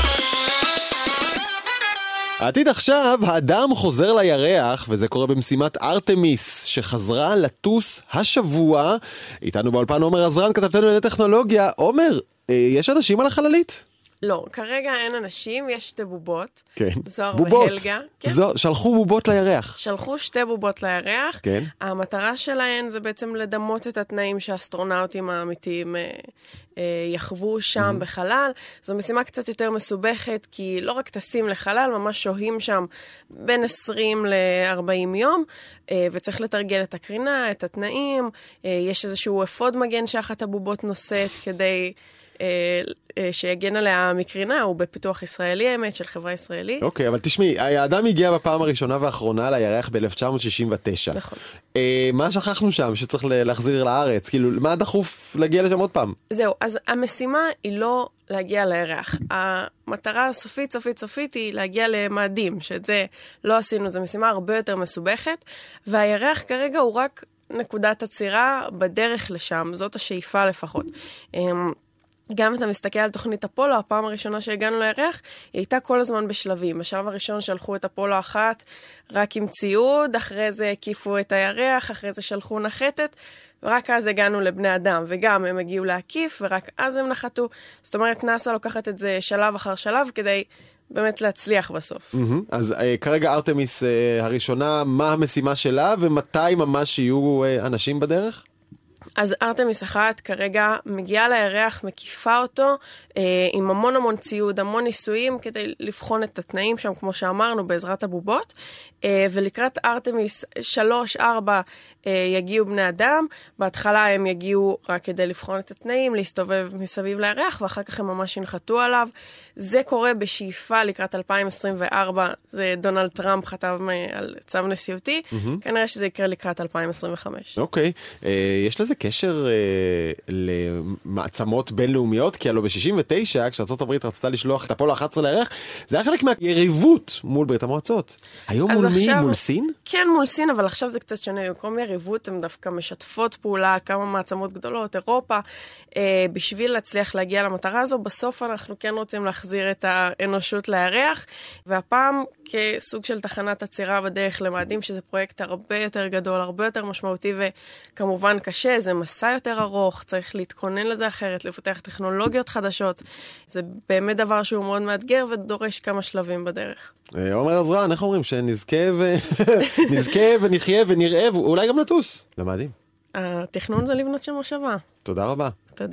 העתיד עכשיו, האדם חוזר לירח, וזה קורה במשימת ארתמיס, שחזרה לטוס השבוע. איתנו באולפן עומר עזרן, כתבתנו לענייני טכנולוגיה. עומר, יש אנשים על החללית? לא, כרגע אין אנשים, יש שתי בובות. כן. זוהר בובות. והלגה. כן. זו, שלחו בובות לירח. שלחו שתי בובות לירח. כן. המטרה שלהן זה בעצם לדמות את התנאים שהאסטרונאוטים האמיתיים אה, אה, יחוו שם mm-hmm. בחלל. זו משימה קצת יותר מסובכת, כי לא רק טסים לחלל, ממש שוהים שם בין עשרים ל-ארבעים יום, אה, וצריך לתרגל את הקרינה, את התנאים. אה, יש איזשהו אפוד מגן שאחת הבובות נושאת כדי... שיגן עליה מקרינה, הוא בפיתוח ישראלי האמת, של חברה ישראלית. אוקיי, אבל תשמעי, האדם הגיע בפעם הראשונה והאחרונה לירח ב-אלף תשע מאות שישים ותשע. נכון. מה שכחנו שם שצריך להחזיר לארץ? כאילו, מה דחוף להגיע לשם עוד פעם? זהו, אז המשימה היא לא להגיע לירח. המטרה הסופית, סופית, סופית היא להגיע למאדים, שאת זה לא עשינו, זו משימה הרבה יותר מסובכת, והירח כרגע הוא רק נקודת עצירה בדרך לשם, זאת השאיפה לפחות. גם אתה מסתכל על תוכנית אפולו, הפעם הראשונה שהגענו לירח, היא הייתה כל הזמן בשלבים. בשלב הראשון שלחו את אפולו אחת רק עם ציוד, אחרי זה הקיפו את הירח, אחרי זה שלחו נחתת, ורק אז הגענו לבני אדם, וגם הם הגיעו להקיף, ורק אז הם נחתו. זאת אומרת, נאס"א לוקחת את זה שלב אחר שלב, כדי באמת להצליח בסוף. Mm-hmm. אז uh, כרגע ארתמיס uh, הראשונה, מה המשימה שלה, ומתי ממש יהיו uh, אנשים בדרך? אז ארתמיס אחת כרגע מגיעה לירח, מקיפה אותו אה, עם המון המון ציוד, המון ניסויים כדי לבחון את התנאים שם, כמו שאמרנו, בעזרת הבובות. אה, ולקראת ארתמיס שלוש, ארבע אה, יגיעו בני אדם. בהתחלה הם יגיעו רק כדי לבחון את התנאים, להסתובב מסביב לירח, ואחר כך הם ממש ינחתו עליו. זה קורה בשאיפה לקראת אלפיים עשרים וארבע, זה דונלד טראמפ חתב על צו נשיאותי, mm-hmm. כנראה שזה יקרה לקראת אלפיים עשרים וחמש. אוקיי, okay. uh, יש לזה קשר uh, למעצמות בינלאומיות? כי הלוא ב-שישים ותשע, כשארצות הברית רצתה לשלוח את אפולו אחת עשרה לירח, זה היה חלק מהיריבות מול ברית המועצות. היום מול עכשיו, מי? מול סין? כן, מול סין, אבל עכשיו זה קצת שונה. במקום יריבות, הם דווקא משתפות פעולה, כמה מעצמות גדולות, אירופה, uh, בשביל להצליח להגיע למטרה הזו. בסוף אנחנו כן רוצים להחזיר את האנושות לירח, והפעם כסוג של תחנת עצירה בדרך למאדים, שזה פרויקט הרבה יותר גדול, הרבה יותר משמעותי וכמובן קשה, זה מסע יותר ארוך, צריך להתכונן לזה אחרת, לפתח טכנולוגיות חדשות. זה באמת דבר שהוא מאוד מאתגר ודורש כמה שלבים בדרך. עומר עזרן, איך אומרים? שנזכה ו... נזכה ונחיה ונראה, ואולי גם נטוס למאדים. התכנון זה לבנות שם מושבה. תודה רבה. תודה.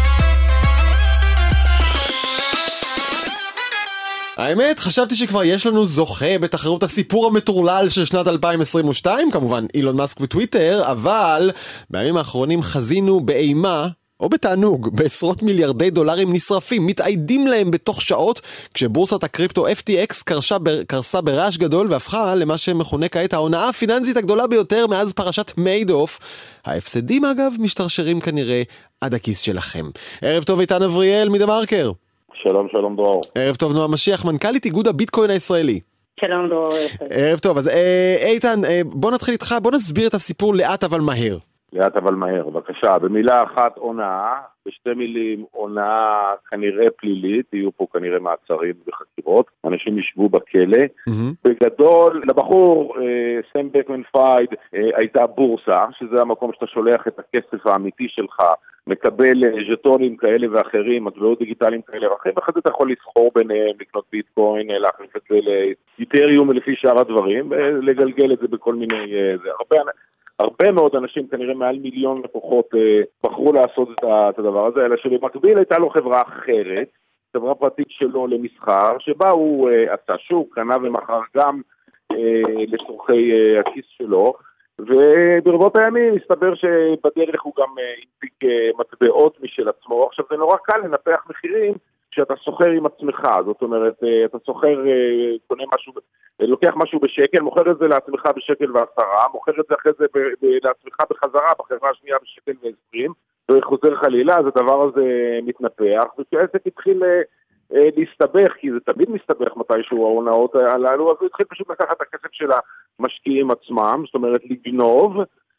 האמת, חשבתי שכבר יש לנו זוכה בתחרות הסיפור המטורלל של שנת אלפיים עשרים ושתיים, כמובן אילון מאסק וטוויטר, אבל בימים האחרונים חזינו באימה, או בתענוג, בעשרות מיליארדי דולרים נשרפים, מתעידים להם בתוך שעות, כשבורסת הקריפטו אף טי אקס קרשה, קרסה ברעש גדול והפכה למה שמכונה כעת ההונאה הפיננסית הגדולה ביותר מאז פרשת מיידוף. ההפסדים אגב משתרשרים כנראה עד הכיס שלכם. ערב טוב איתן אבריאל מדמרקר. שלום, שלום דרור. ערב טוב נועה משיח, מנכ"לית איגוד הביטקוין הישראלי. שלום דרור. ערב טוב, אז איתן, בוא נתחיל איתך, בוא נסביר את הסיפור לאט אבל מהר. לאט אבל מהר, בבקשה. במילה אחת הונאה, בשתי מילים הונאה כנראה פלילית, יהיו פה כנראה מעצרים וחקירות, אנשים ישבו בכלא. Mm-hmm. בגדול, לבחור, אה, סם בקמן פייד, אה, הייתה בורסה, שזה המקום שאתה שולח את הכסף האמיתי שלך, מקבל אה, ז'טונים כאלה ואחרים, מטבעות דיגיטליים כאלה ואחרים, ואחרי זה אתה יכול לסחור ביניהם, לקנות ביטקוין, אה, להחליף את זה לאיתריום לפי שאר הדברים, ולגלגל את זה בכל מיני... אה, זה הרבה... הרבה מאוד אנשים, כנראה מעל מיליון לקוחות, אה, בחרו לעשות את, את הדבר הזה, אלא שבמקביל הייתה לו חברה אחרת, חברה פרטית שלו למסחר, שבה הוא אה, עשה שוק, קנה ומחר גם אה, לצורכי אה, הכיס שלו, וברבות הימים הסתבר שבדרך הוא גם אה, הנפיק אה, מטבעות משל עצמו. עכשיו זה נורא קל לנפח מחירים, שאתה סוחר עם עצמך, זאת אומרת, אתה סוחר, קונה משהו, לוקח משהו בשקל, מוכר את זה לעצמך בשקל ועשרה, מוכר את זה אחרי זה לעצמך בחזרה, בחברה השנייה בשקל ועשרים, וחוזר חלילה, אז הדבר הזה מתנפח, וכשהעסק התחיל להסתבך, כי זה תמיד מסתבך מתישהו ההונאות הללו, אז הוא התחיל פשוט לקחת את הכסף של המשקיעים עצמם, זאת אומרת לגנוב,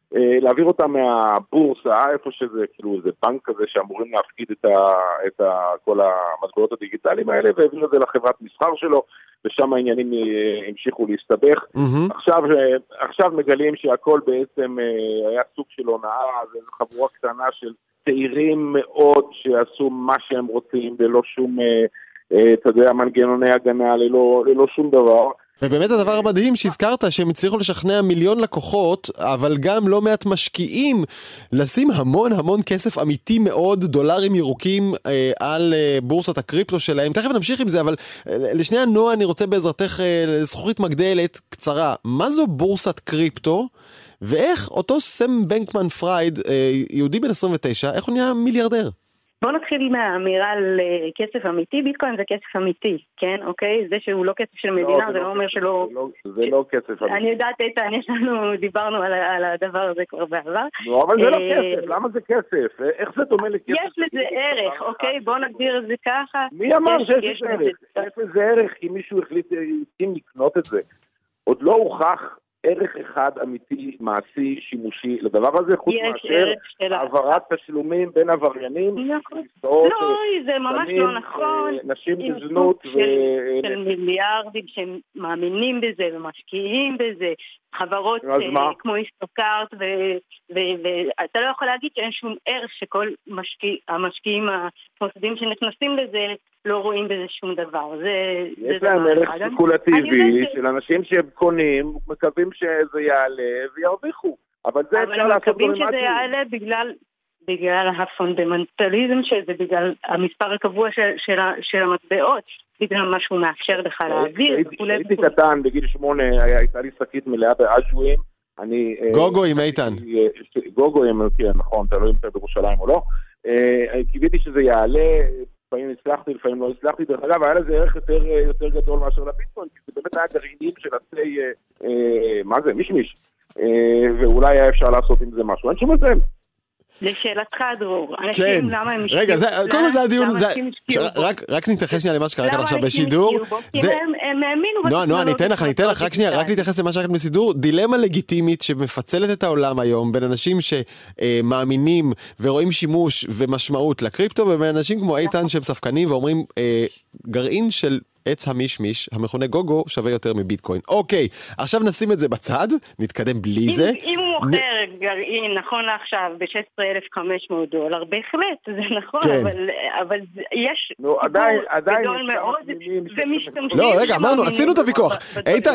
להעביר אותה מהבורסה, איפה שזה, כאילו, איזה בנק כזה שאמורים להפקיד את, ה, את ה, כל המטבעות הדיגיטליים האלה, והעביר את זה לחברת מסחר שלו, ושם העניינים המשיכו להסתבך. Mm-hmm. עכשיו, עכשיו מגלים שהכל בעצם היה סוג של הונאה, זו חבורה קטנה של צעירים מאוד שעשו מה שהם רוצים, ללא שום, אתה יודע, מנגנוני הגנה, ללא, ללא שום דבר. ובאמת הדבר המדהים שהזכרת שהם הצליחו לשכנע מיליון לקוחות, אבל גם לא מעט משקיעים לשים המון המון כסף אמיתי מאוד, דולרים ירוקים אה, על אה, בורסת הקריפטו שלהם. תכף נמשיך עם זה, אבל אה, לשנייה נועה אני רוצה בעזרתך אה, זכוכית מגדלת קצרה. מה זו בורסת קריפטו? ואיך אותו סם בנקמן פרייד, אה, יהודי בן עשרים ותשע, איך הוא נהיה מיליארדר? בוא נתחיל מהאמירה על כסף אמיתי. ביטקוין זה כסף אמיתי, כן? אוקיי? זה שהוא לא כסף של מדינה, זה לא אומר שלא... זה לא כסף אמיתי. אני יודעת, איתן, יש לנו, דיברנו על הדבר הזה כבר בעבר. לא, אבל זה לא כסף. למה זה כסף? איך זה דומה לכסף? יש לזה ערך, אוקיי? בוא נגדיר את זה ככה. מי אמר שיש לזה ערך? יש לזה ערך כי מישהו החליט לקנות את זה. עוד לא הוכח ערך אחד אמיתי, מעשי, שימושי, לדבר הזה, חוץ מאשר העברת תשלומים בין עבריינים. לא, זה ממש לא נכון. נשים בזנות של מיליארדים שמאמינים בזה ומשקיעים בזה. חברות כמו איסטוקארט, ואתה לא יכול להגיד שאין שום ערך שכל המשקיעים המוסדים שנכנסים לזה לא רואים בזה שום דבר. יש להם ערך ספקולטיבי של אנשים שקונים, מקווים שזה יעלה וירוויחו. אבל זה אפשר לעשות מקווים שזה יעלה בגלל בגלל הפונדמנטליזם שזה, בגלל המספר הקבוע של המטבעות, בגלל מה שהוא מאפשר לך להעביר. הייתי קטן, בגיל שמונה הייתה לי שקית מלאה באג'ווים. גוגויים, איתן. גוגויים, נכון, אתה לא יודע בירושלים או לא. קיוויתי שזה יעלה, לפעמים הצלחתי, לפעמים לא הצלחתי, דרך אגב, היה לזה ערך יותר, יותר גדול מאשר לביטקוין, כי זה באמת היה גרעינים של עצי, מה זה, מישמיש, ואולי היה אפשר לעשות עם זה משהו, אין שום הבדל. לשאלתך, דרור, אנשים למה הם משקיעו? רגע, קודם כל זה הדיון, רק נתייחס שנייה למה שקראת עכשיו בשידור. כי הם האמינו נועה, נועה, אני אתן לך, אני אתן לך, רק שנייה, רק נתייחס למה שקראת בשידור. דילמה לגיטימית שמפצלת את העולם היום בין אנשים שמאמינים ורואים שימוש ומשמעות לקריפטו, ובין אנשים כמו איתן שהם ספקנים ואומרים גרעין של עץ המישמיש, המכונה גוגו, שווה יותר מביטקוין. אוקיי, עכשיו נשים את זה בצד, נתקדם בלי אם, זה. אם הוא מוכר נ... גרעין, נכון לעכשיו, ב-שש עשרה אלף וחמש מאות דולר, בהחלט, זה נכון, כן. אבל, אבל יש נו, עדיין, עדיין גדול מאוד, ומשתמשים... לא, רגע, אמרנו, עשינו את הוויכוח. איתן,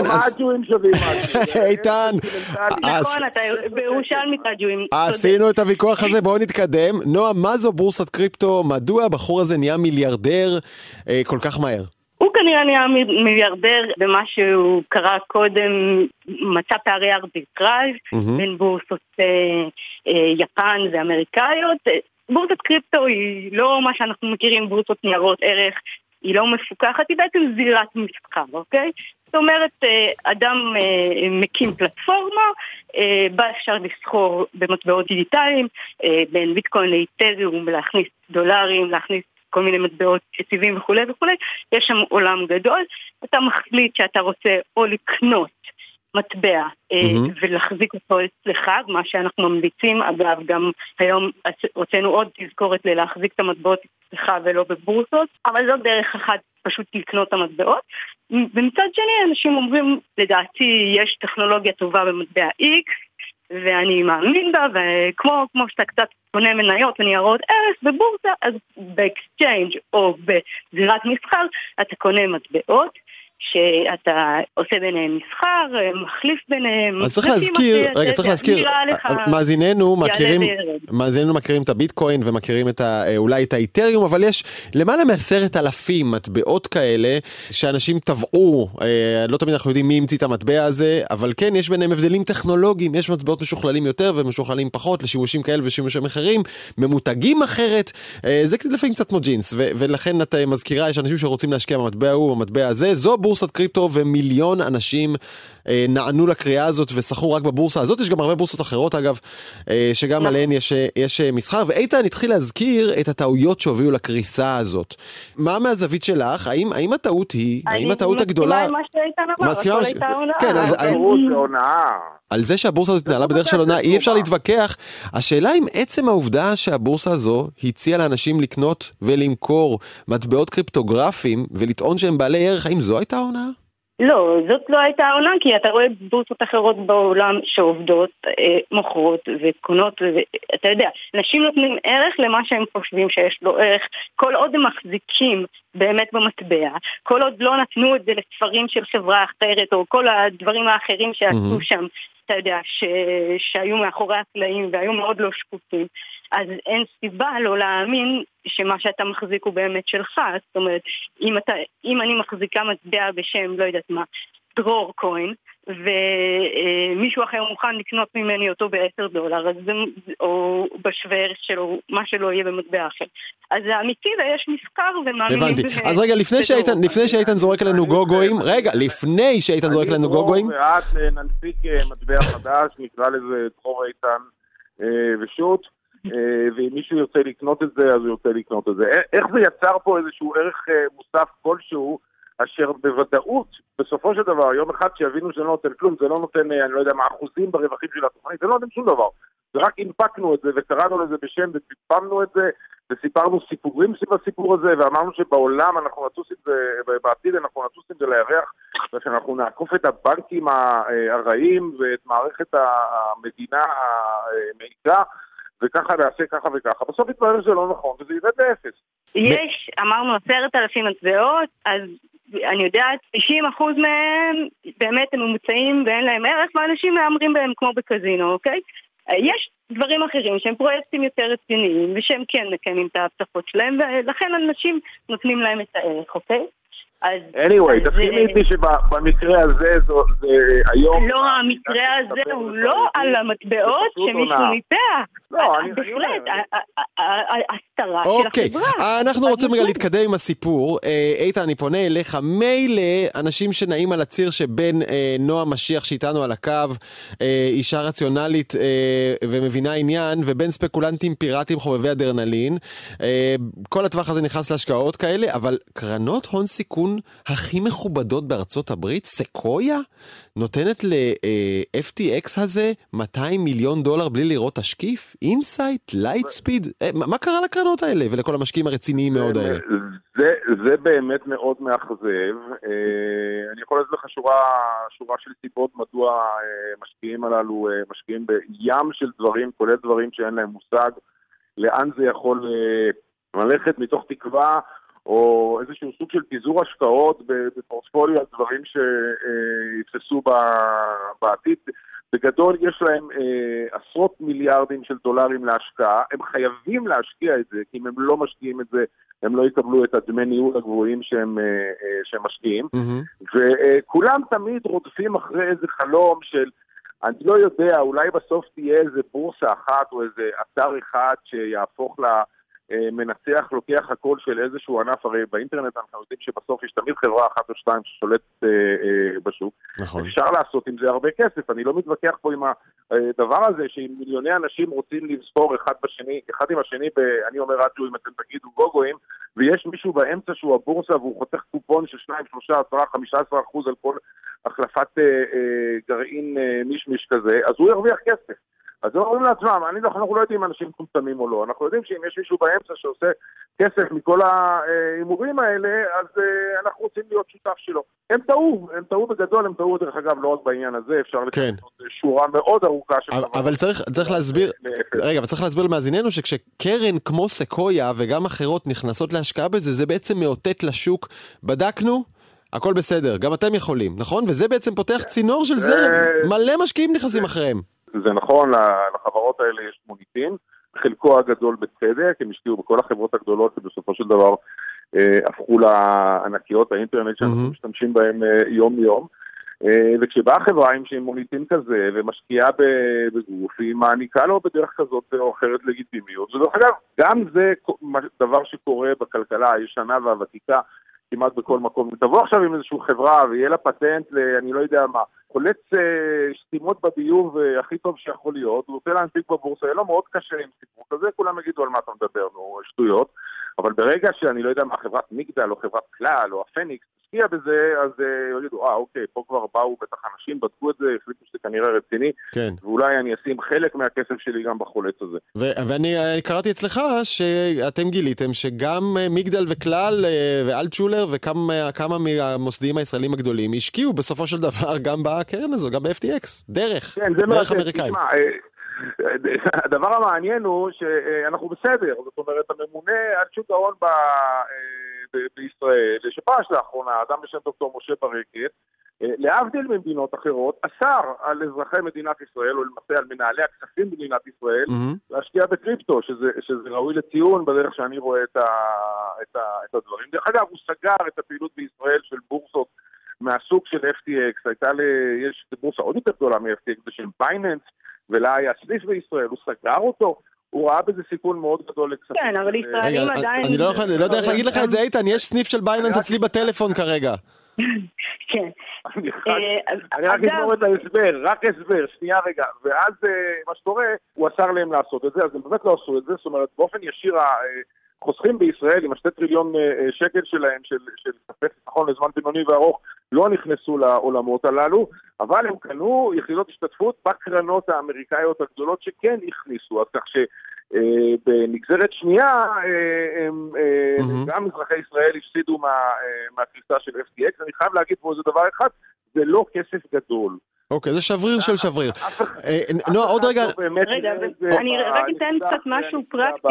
איתן, נכון, אתה בירושלמי תג'ויים. עשינו את הוויכוח הזה, בואו נתקדם. נועה, מה זו בורסת קריפטו? מדוע הבחור הזה נהיה מיליארדר כל כך מהר? הוא כנראה נהיה מיליארדר במה שהוא קרא קודם, מצא פערי ארביטראז' mm-hmm. בין בורסות אה, אה, יפן ואמריקאיות. בורסת קריפטו היא לא מה שאנחנו מכירים, בורסות ניירות ערך, היא לא מפוקחת, היא בעצם זירת מסחר, אוקיי? זאת אומרת, אדם אה, מקים פלטפורמה, אה, בה אפשר לסחור במטבעות דיגיטליים, אה, בין ביטקוין לאתריום, להכניס דולרים, להכניס כל מיני מטבעות יציבים וכו' וכו', יש שם עולם גדול, אתה מחליט שאתה רוצה או לקנות מטבע mm-hmm. ולהחזיק אותו אצלך, מה שאנחנו ממליצים, אגב גם היום הוצאנו עוד תזכורת ללהחזיק את המטבעות אצלך ולא בבורסות, אבל זו דרך אחת פשוט לקנות את המטבעות, ומצד שני אנשים אומרים, לדעתי יש טכנולוגיה טובה במטבע X, ואני מאמין בה, וכמו כמו שאתה קצת קונה מניות וניירות ערך בבורסה, אז באקסצ'יינג' או בזירת מסחר, אתה קונה מטבעות, שאתה עושה ביניהם מסחר, מחליף ביניהם. אז צריך להזכיר, רגע, צריך להזכיר, מאזיננו מכירים, מאזיננו מכירים את הביטקוין ומכירים את ה, אולי את האתריום, אבל יש למעלה מעשרת אלפים מטבעות כאלה, שאנשים טבעו, לא תמיד אנחנו יודעים מי המציא את המטבע הזה, אבל כן, יש ביניהם הבדלים טכנולוגיים, יש מטבעות משוכללים יותר ומשוכללים פחות, לשימושים כאלה ושימושים אחרים, ממותגים אחרת, זה לפעמים קצת כמו ג'ינס, ולכן את מזכירה, יש אנשים שרוצים להשקיע במטבע הוא, במטבע הזה, זו בורסת קריפטו ומיליון אנשים אה, נענו לקריאה הזאת ושחו רק בבורסה הזאת. יש גם הרבה בורסות אחרות אגב, אה, שגם נכון. עליהן יש, יש מסחר. ואיתן התחיל להזכיר את הטעויות שהובילו לקריסה הזאת. מה מהזווית שלך? האם, האם הטעות היא, האם הטעות הגדולה... אני מסכימה עם מה שאיתן אמר, הכל הייתה הונאה. כן, על, על, הונאה. על זה שהבורסה הזאת התנהלה בדרך של הונאה, אי אפשר להתווכח. השאלה אם עצם העובדה שהבורסה הזו הציעה לאנשים לקנות ולמכור מטבעות קריפטוגרפיים ולטעון שהם בעלי ערך, האם זו הייתה הונאה? לא, זאת לא הייתה העונה, כי אתה רואה בורסות אחרות בעולם שעובדות, אה, מוכרות וקונות, ואתה יודע, אנשים נותנים ערך למה שהם חושבים שיש לו ערך, כל עוד הם מחזיקים באמת במטבע, כל עוד לא נתנו את זה לספרים של חברה אחרת, או כל הדברים האחרים שעשו שם, אתה יודע, ש... שהיו מאחורי הקלעים והיו מאוד לא שקופים, אז אין סיבה לא להאמין שמה שאתה מחזיק הוא באמת שלך. זאת אומרת, אם, אתה, אם אני מחזיקה מטבע בשם, לא יודעת מה, דרור כהן, ומישהו אחר מוכן לקנות ממני אותו בעשר דולר, אז זה, או בשווה ערך שלו, מה שלא יהיה במטבע אחר. אז זה אמיתי ויש מסחר ומאמינים... הבנתי. אז רגע, לפני שהיית, לפני שהיית זורק לנו גוגויים, רגע, לפני שהיית זורק לנו גוגויים... אני ואת ננפיק מטבע חדש, נקרא לזה דרור איתן ושות, ואם מישהו ירצה לקנות את זה, אז הוא ירצה לקנות את זה. איך זה יצר פה איזשהו ערך מוסף כלשהו, אשר בוודאות, בסופו של דבר, יום אחד שיבינו שזה לא נותן כלום, זה לא נותן, אני לא יודע מה, אחוזים ברווחים של התוכנית, זה לא נותן שום דבר. זה רק אינפקנו את זה, וקראנו לזה בשם, ופרסמנו את זה, וסיפרנו סיפורים בסיפור הזה, ואמרנו שבעולם אנחנו נטוס את זה, בעתיד אנחנו נטוס את זה לירח, ושאנחנו נעקוף את הבנקים הרעים, ואת מערכת המדינה המעיקה, וככה נעשה ככה וככה. בסוף התברר שזה לא נכון, וזה ירד לאפס. יש, אמרנו עשרת אלפים מטבעות, אז אני יודעת, תשעים אחוז מהם באמת הם ממוצעים ואין להם ערך, ואנשים מאמרים בהם כמו בקזינו, אוקיי? יש דברים אחרים שהם פרויקטים יותר רציניים, ושהם כן מקיימים את ההבטחות שלהם, ולכן אנשים נותנים להם את הערך, אוקיי? anyway, תתחילי איתי שבמקרה הזה זה היום... לא, המקרה הזה הוא לא על המטבעות שמישהו ניפח. לא, אני... בהחלט, ההסתרה של אוקיי, אנחנו רוצים רגע להתקדם עם הסיפור. איתן, אני פונה אליך. מילא אנשים שנעים על הציר שבין נועה משיח שאיתנו על הקו, אישה רציונלית ומבינה עניין, ובין ספקולנטים פיראטים חובבי אדרנלין. כל הטווח הזה נכנס להשקעות כאלה, אבל קרנות הון סיכון הכי מכובדות בארצות הברית, סקויה, נותנת ל-אף טי אקס הזה מאתיים מיליון דולר בלי לראות תשקיף? אינסייט? לייטספיד? מה קרה לקרנות האלה ולכל המשקיעים הרציניים מאוד האלה? זה, זה באמת מאוד מאכזב. אני יכול להגיד לך שורה, שורה של סיבות מדוע משקיעים הללו משקיעים בים של דברים, כולל דברים שאין להם מושג, לאן זה יכול ללכת מתוך תקווה, או איזשהו סוג של פיזור השקעות בפורטפוליו על דברים שיתפסו בעתיד. בגדול יש להם אה, עשרות מיליארדים של דולרים להשקעה, הם חייבים להשקיע את זה, כי אם הם לא משקיעים את זה, הם לא יקבלו את הדמי ניהול הגבוהים שהם, אה, אה, שהם משקיעים, mm-hmm. וכולם תמיד רודפים אחרי איזה חלום של, אני לא יודע, אולי בסוף תהיה איזה בורסה אחת, או איזה אתר אחד שיהפוך לה, מנצח, לוקח הכל של איזשהו ענף, הרי באינטרנט אנחנו יודעים שבסוף יש תמיד חברה אחת או שתיים ששולט אה, אה, בשוק. נכון. אפשר לעשות עם זה הרבה כסף, אני לא מתווכח פה עם הדבר הזה, שאם מיליוני אנשים רוצים לספור אחד בשני, אחד עם השני, ב, אני אומר רדיו, אם אתם תגידו גוגויים, ויש מישהו באמצע שהוא הבורסה, והוא חותך קופון של שניים, שלושה, עשרה, חמישה עשרה אחוז על כל החלפת אה, אה, גרעין אה, מישמיש כזה, אז הוא ירוויח כסף. אז הם אומרים לעצמם, אנחנו לא יודעים אם אנשים קומטמים או לא, אנחנו יודעים שאם יש מישהו באמצע שעושה כסף מכל האימורים האלה, אז אנחנו רוצים להיות שותף שלו. הם טעו, הם טעו בגדול, הם טעו דרך אגב לא רק בעניין הזה, אפשר לקחת שורה מאוד ארוכה של... אבל צריך להסביר, רגע, אבל צריך להסביר למאזיננו שכשקרן כמו סקויה וגם אחרות נכנסות להשקעה בזה, זה בעצם מאותת לשוק, בדקנו, הכל בסדר, גם אתם יכולים, נכון? וזה בעצם פותח צינור של זרם, מלא משקיעים נכנסים אחריהם. זה נכון, לחברות האלה יש מוניטין, חלקו הגדול בצדק, הם השקיעו בכל החברות הגדולות שבסופו של דבר אה, הפכו לענקיות האינטרנט שאנחנו mm-hmm. משתמשים בהם אה, יום יום, אה, וכשבאה חברה עם שהיא מוניטין כזה ומשקיעה בגוף, היא מעניקה לו בדרך כזאת או אחרת לגיטימיות, ודרך אגב, גם זה דבר שקורה בכלכלה הישנה והוותיקה, כמעט בכל מקום. תבוא עכשיו עם איזושהי חברה ויהיה לה פטנט, אני לא יודע מה, חולץ שתימות בביוב הכי טוב שיכול להיות, הוא רוצה להנפיק בבורסה, יהיה לו מאוד קשה עם סיפור כזה, כולם יגידו על מה אתה מדבר, נו, שטויות. אבל ברגע שאני לא יודע מה, חברת מגדל או חברת כלל או הפניקס תשקיע בזה, אז יגידו, אה, אוקיי, פה כבר באו בטח אנשים, בדקו את זה, החליטו שזה כנראה רציני, כן. ואולי אני אשים חלק מהכסף שלי גם בחולץ הזה. ו- ואני קראתי אצלך שאתם גיליתם שגם מגדל וכלל ואלטשולר וכמה מהמוסדיים הישראלים הגדולים השקיעו בסופו של דבר גם בקרן הזו, גם ב-אף טי אקס, דרך, כן, זה דרך אמריקאים. הדבר המעניין הוא שאנחנו בסדר, זאת אומרת, הממונה על שוק ההון בישראל, שפרש לאחרונה, אדם בשם דוקטור משה ברקת, להבדיל ממדינות אחרות, אסר על אזרחי מדינת ישראל, או למעשה על מנהלי הכספים במדינת ישראל, להשקיע בקריפטו, שזה ראוי לציון בדרך שאני רואה את הדברים. דרך אגב, הוא סגר את הפעילות בישראל של בורסות מהסוג של אף טי אקס, הייתה לי, יש בורסה עוד יותר גדולה מ-אף טי אקס, זה של בייננס, ולה היה סניף בישראל, הוא סגר אותו, הוא ראה בזה סיכון מאוד גדול לכספים. כן, אבל ישראלים עדיין... אני לא יודע איך להגיד לך את זה, איתן, יש סניף של בייננס אצלי בטלפון כרגע. כן. אני רק אגמור את ההסבר, רק הסבר, שנייה רגע, ואז מה שקורה, הוא אסר להם לעשות את זה, אז הם באמת לא עשו את זה, זאת אומרת, באופן ישיר חוסכים בישראל עם השתי טריליון שקל שלהם, של כספי חיסכון לזמן בינוני וארוך, לא נכנסו לעולמות הללו, אבל הם קנו יחידות השתתפות בקרנות האמריקאיות הגדולות שכן הכניסו, אז כך שבנגזרת שנייה, גם אזרחי ישראל הפסידו מהקריסה של אף טי אקס, אני חייב להגיד פה איזה דבר אחד, זה לא כסף גדול. אוקיי, זה שבריר של שבריר. נועה, עוד רגע... רגע, אני רק אתן קצת משהו פרקטי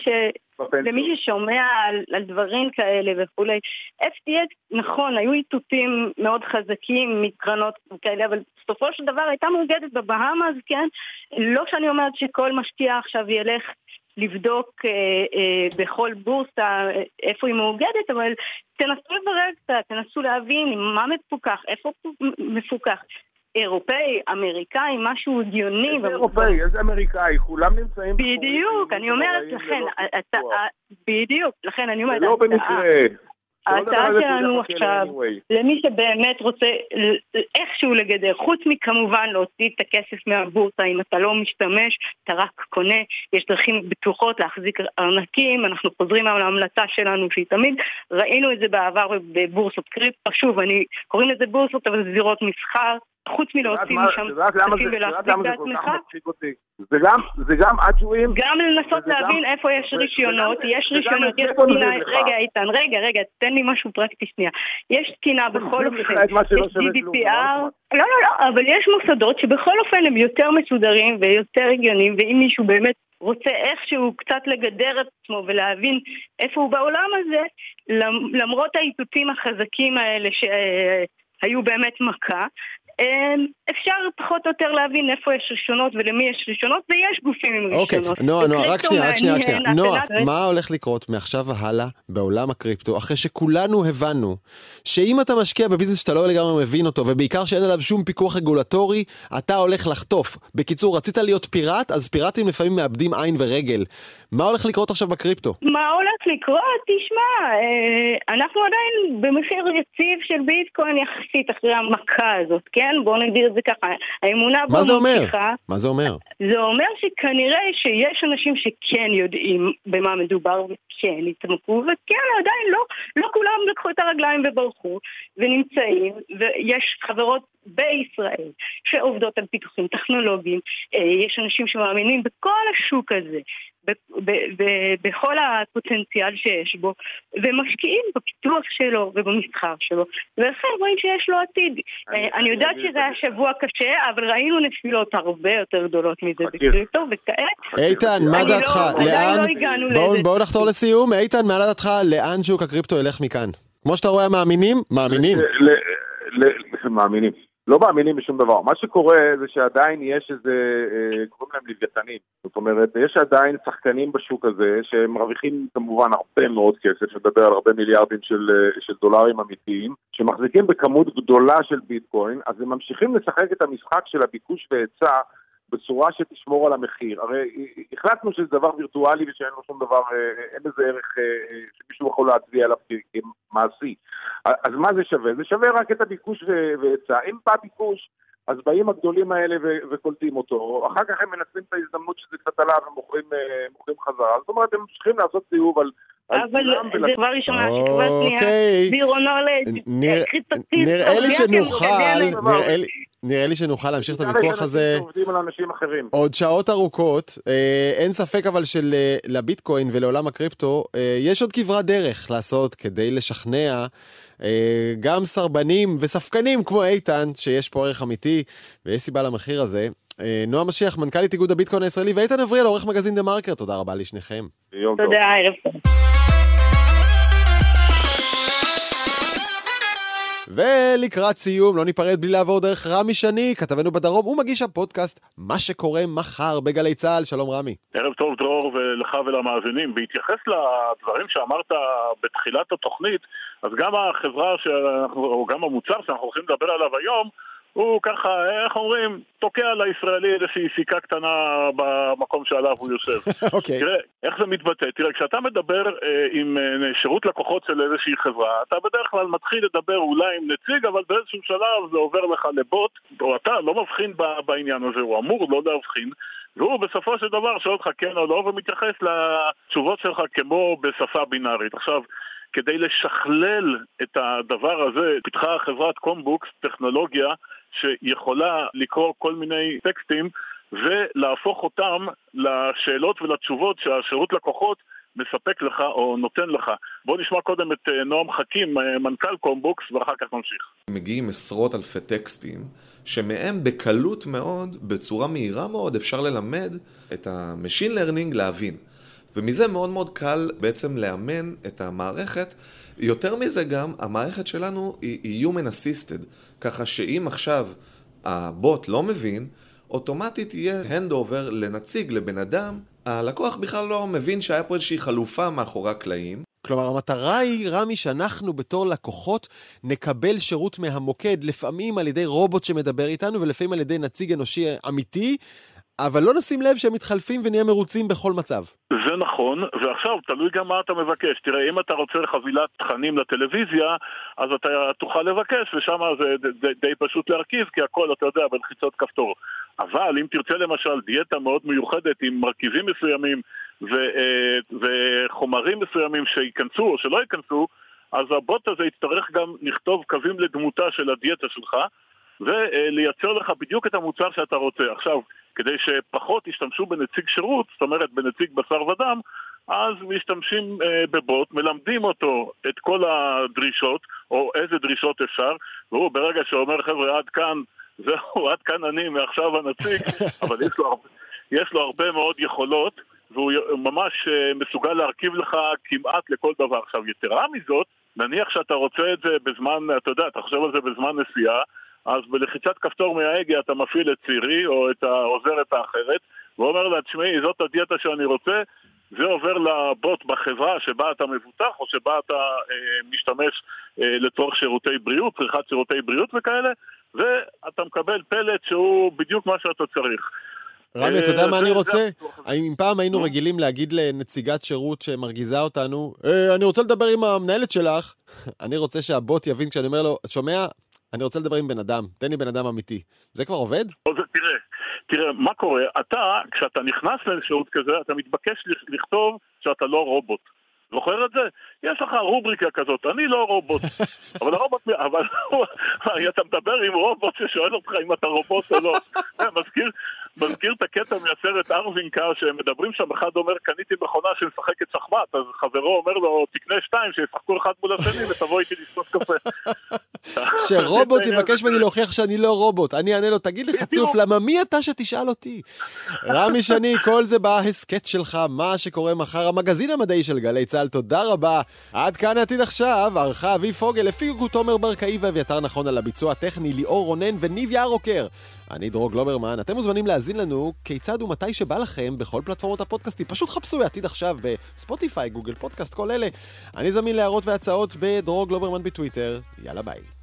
למי ששומע על דברים כאלה וכולי. אף טי אקס, נכון, היו איתותים מאוד חזקים מקרנות כאלה, אבל בסופו של דבר הייתה מאוגדת בבהאמאס, כן? לא שאני אומרת שכל משקיע עכשיו ילך לבדוק אה, אה, בכל בורסה איפה היא מאוגדת, אבל תנסו לברר קצת, תנסו להבין מה מפוקח, איפה מפוקח. אירופאי, אמריקאי, משהו הגיוני. איזה אירופאי, איזה אמריקאי, כולם נמצאים... בדיוק, אני אומרת לכן, בדיוק, לכן אני אומרת... זה לא במקרה. ההצעה שלנו עכשיו, למי שבאמת רוצה איכשהו לגדר, חוץ מכמובן להוציא את הכסף מהבורסה, אם אתה לא משתמש, אתה רק קונה, יש דרכים בטוחות להחזיק ארנקים, אנחנו חוזרים על ההמלצה שלנו שהיא תמיד, ראינו את זה בעבר בבורסות קריפטו, שוב, אני קוראים לזה בורסות, אבל זה זירות מסחר, חוץ מלהוציא משם כספים ולהחזיק בעצמך. זה גם אג'ואים. גם לנסות להבין איפה יש רישיונות, יש רישיונות, יש תקינה, רגע איתן, רגע, רגע, תן לי משהו פרקטי שנייה. יש תקינה בכל אופן, יש די די פי אר, לא, לא, לא, אבל יש מוסדות שבכל אופן הם יותר מסודרים ויותר הגיוניים, ואם מישהו באמת רוצה איכשהו קצת לגדר את עצמו ולהבין איפה הוא בעולם הזה, למרות האיתותים החזקים האלה שהיו באמת מכה, אפשר פחות או יותר להבין איפה יש רישיונות ולמי יש רישיונות, ויש גופים עם רישיונות. אוקיי, נועה, נועה, רק שנייה, רק שנייה, רק שנייה. נועה, מה הולך לקרות מעכשיו והלאה בעולם הקריפטו, אחרי שכולנו הבנו שאם אתה משקיע בביזנס שאתה לא לגמרי מבין אותו, ובעיקר שאין עליו שום פיקוח רגולטורי, אתה הולך לחטוף. בקיצור, רצית להיות פיראט, אז פיראטים לפעמים מאבדים עין ורגל. מה הולך לקרות עכשיו בקריפטו? מה הולך לקרות? תשמע, אנחנו עדיין במחיר יציב של ביטקוין יחסית אחרי המכה הזאת, כן? בואו נגדיר את זה ככה. האמונה בו ממשיכה. מה זה אומר? זה אומר שכנראה שיש אנשים שכן יודעים במה מדובר וכן התמקו, וכן עדיין לא, לא כולם לקחו את הרגליים וברחו ונמצאים, ויש חברות בישראל שעובדות על פיתוחים טכנולוגיים, יש אנשים שמאמינים בכל השוק הזה, בכל הפוטנציאל שיש בו, ומשקיעים בפיתוח שלו ובמסחר שלו, ולכן רואים שיש לו עתיד. אני יודעת שזה היה שבוע קשה, אבל ראינו נפילות הרבה יותר גדולות מזה בקריפטו, וכעת... איתן, מה דעתך? בואו נחתור לסיום. איתן, מה דעתך לאן שוק הקריפטו ילך מכאן? כמו שאתה רואה, מאמינים? מאמינים? מאמינים. לא מאמינים בשום דבר. מה שקורה זה שעדיין יש איזה, קוראים להם לוויתנים. זאת אומרת, יש עדיין שחקנים בשוק הזה שמרוויחים כמובן הרבה מאוד כסף, שדבר על הרבה מיליארדים של, של דולרים אמיתיים, שמחזיקים בכמות גדולה של ביטקוין, אז הם ממשיכים לשחק את המשחק של הביקוש והיצע בצורה שתשמור על המחיר. הרי החלטנו שזה דבר וירטואלי ושאין לו שום דבר, אין איזה ערך שמישהו יכול להצביע עליו כמעשי. אז מה זה שווה? זה שווה רק את הביקוש והיצע. אם בא ביקוש, אז באים הגדולים האלה ו- וקולטים אותו, אחר כך הם מנצלים את ההזדמנות שזה קצת עלה ומוכרים חזרה, זאת אומרת הם צריכים לעשות סיוב על... אבל זה כבר ראשונה שכבר שנייה, בירונולד, נראה לי שנוכל, נראה לי שנוכל להמשיך את הוויכוח הזה עוד שעות ארוכות, אין ספק אבל שלביטקוין ולעולם הקריפטו, יש עוד כברת דרך לעשות כדי לשכנע גם סרבנים וספקנים כמו איתן, שיש פה ערך אמיתי ויש סיבה למחיר הזה. נועה משיח, מנכ"לית איגוד הביטקוין הישראלי, ואיתן אבריאל, עורך מגזין דה מרקר, תודה רבה לשניכם. תודה, ערב טוב. ולקראת סיום, לא ניפרד בלי לעבור דרך רמי שני, כתבנו בדרום, הוא מגיש הפודקאסט מה שקורה מחר בגלי צהל. שלום רמי. ערב טוב דרור ולך ולמאזינים. בהתייחס לדברים שאמרת בתחילת התוכנית, אז גם החברה שאנחנו, או גם המוצר שאנחנו הולכים לדבר עליו היום, הוא ככה, איך אומרים, תוקע לישראלי איזושהי סיכה קטנה במקום שעליו הוא יושב. אוקיי. תראה, איך זה מתבטא? תראה, כשאתה מדבר אה, עם אה, שירות לקוחות של איזושהי חברה, אתה בדרך כלל מתחיל לדבר אולי עם נציג, אבל באיזשהו שלב זה עובר לך לבוט, או אתה לא מבחין בעניין הזה, הוא אמור לא להבחין, והוא בסופו של דבר שואל לך כן או לא, ומתייחס לתשובות שלך כמו בשפה בינארית. עכשיו, כדי לשכלל את הדבר הזה, פיתחה חברת קומבוקס טכנולוגיה שיכולה לקרוא כל מיני טקסטים ולהפוך אותם לשאלות ולתשובות שהשירות לקוחות מספק לך או נותן לך. בוא נשמע קודם את נועם חכים, מנכ"ל קומבוקס, ואחר כך נמשיך. מגיעים עשרות אלפי טקסטים שמהם בקלות מאוד, בצורה מהירה מאוד, אפשר ללמד את המשין לרנינג להבין. ומזה מאוד מאוד קל בעצם לאמן את המערכת. יותר מזה גם, המערכת שלנו היא human assisted, ככה שאם עכשיו הבוט לא מבין, אוטומטית יהיה handover לנציג, לבן אדם. הלקוח בכלל לא מבין שהיה פה איזושהי חלופה מאחורי הקלעים. כלומר, המטרה היא, רמי, שאנחנו בתור לקוחות נקבל שירות מהמוקד, לפעמים על ידי רובוט שמדבר איתנו, ולפעמים על ידי נציג אנושי אמיתי, אבל לא נשים לב שהם מתחלפים ונהיה מרוצים בכל מצב. זה נכון, ועכשיו תלוי גם מה אתה מבקש. תראה, אם אתה רוצה חבילת תכנים לטלוויזיה, אז אתה תוכל לבקש, ושם זה די, די פשוט להרכיב, כי הכל, אתה יודע, בלחיצות כפתור. אבל אם תרצה למשל דיאטה מאוד מיוחדת עם מרכיבים מסוימים ו- וחומרים מסוימים שיכנסו או שלא ייכנסו, אז הבוט הזה יצטרך גם לכתוב קווים לדמותה של הדיאטה שלך, ולייצר לך בדיוק את המוצר שאתה רוצה. עכשיו, כדי שפחות ישתמשו בנציג שירות, זאת אומרת בנציג בשר ודם, אז משתמשים אה, בבוט, מלמדים אותו את כל הדרישות, או איזה דרישות אפשר, והוא ברגע שאומר, חבר'ה, עד כאן, זהו, עד כאן אני, מעכשיו הנציג, אבל יש לו, יש לו הרבה מאוד יכולות, והוא ממש אה, מסוגל להרכיב לך כמעט לכל דבר. עכשיו, יתרה מזאת, נניח שאתה רוצה את זה בזמן, אתה יודע, אתה חושב על זה בזמן נסיעה, אז בלחיצת כפתור מההגה אתה מפעיל את צירי או את העוזרת האחרת ואומר לה, תשמעי, זאת הדיאטה שאני רוצה, זה עובר לבוט בחברה שבה אתה מבוטח או שבה אתה אה, משתמש אה, לצורך שירותי בריאות, צריכת שירותי בריאות וכאלה, ואתה מקבל פלט שהוא בדיוק מה שאתה צריך. רמי, אתה יודע מה אני רוצה? אם פעם היינו רגילים להגיד לנציגת שירות שמרגיזה אותנו, אני רוצה לדבר עם המנהלת שלך, אני רוצה שהבוט יבין כשאני אומר לו, שומע? אני רוצה לדבר עם בן אדם, תן לי בן אדם אמיתי. זה כבר עובד? תראה, תראה, מה קורה? אתה, כשאתה נכנס לשירות כזה, אתה מתבקש לכתוב שאתה לא רובוט. זוכר את זה? יש לך רובריקה כזאת, אני לא רובוט. אבל הרובוט, אבל אתה מדבר עם רובוט ששואל אותך אם אתה רובוט או לא. מזכיר, מזכיר את הקטע מהסרט ארווינקה, שהם מדברים שם, אחד אומר, קניתי מכונה שמשחקת שחמט, אז חברו אומר לו, תקנה שתיים, שישחקו אחד מול השני, ותבוא איתי לשתות קפה. שרובוט יבקש ממני להוכיח שאני לא רובוט. אני אענה לו, תגיד לי חצוף, למה מי אתה שתשאל אותי? רמי שני, כל זה בהסקט שלך, מה שקורה מחר, המגזין המדעי של גלי צהל, תודה רבה. עד כאן עתיד עכשיו, ערכה אבי פוגל, הפיקו תומר ברקאי ואביתר נכון על הביצוע הטכני, ליאור רונן וניב יערוקר. אני דרור גלוברמן, אתם מוזמנים להאזין לנו כיצד ומתי שבא לכם בכל פלטפורמות הפודקאסטים. פשוט חפשו עתיד עכשיו בספוטיפיי, גוגל פודקאסט, כל אלה. אני זמין להערות והצעות בדרור גלוברמן בטוויטר. יאללה ביי.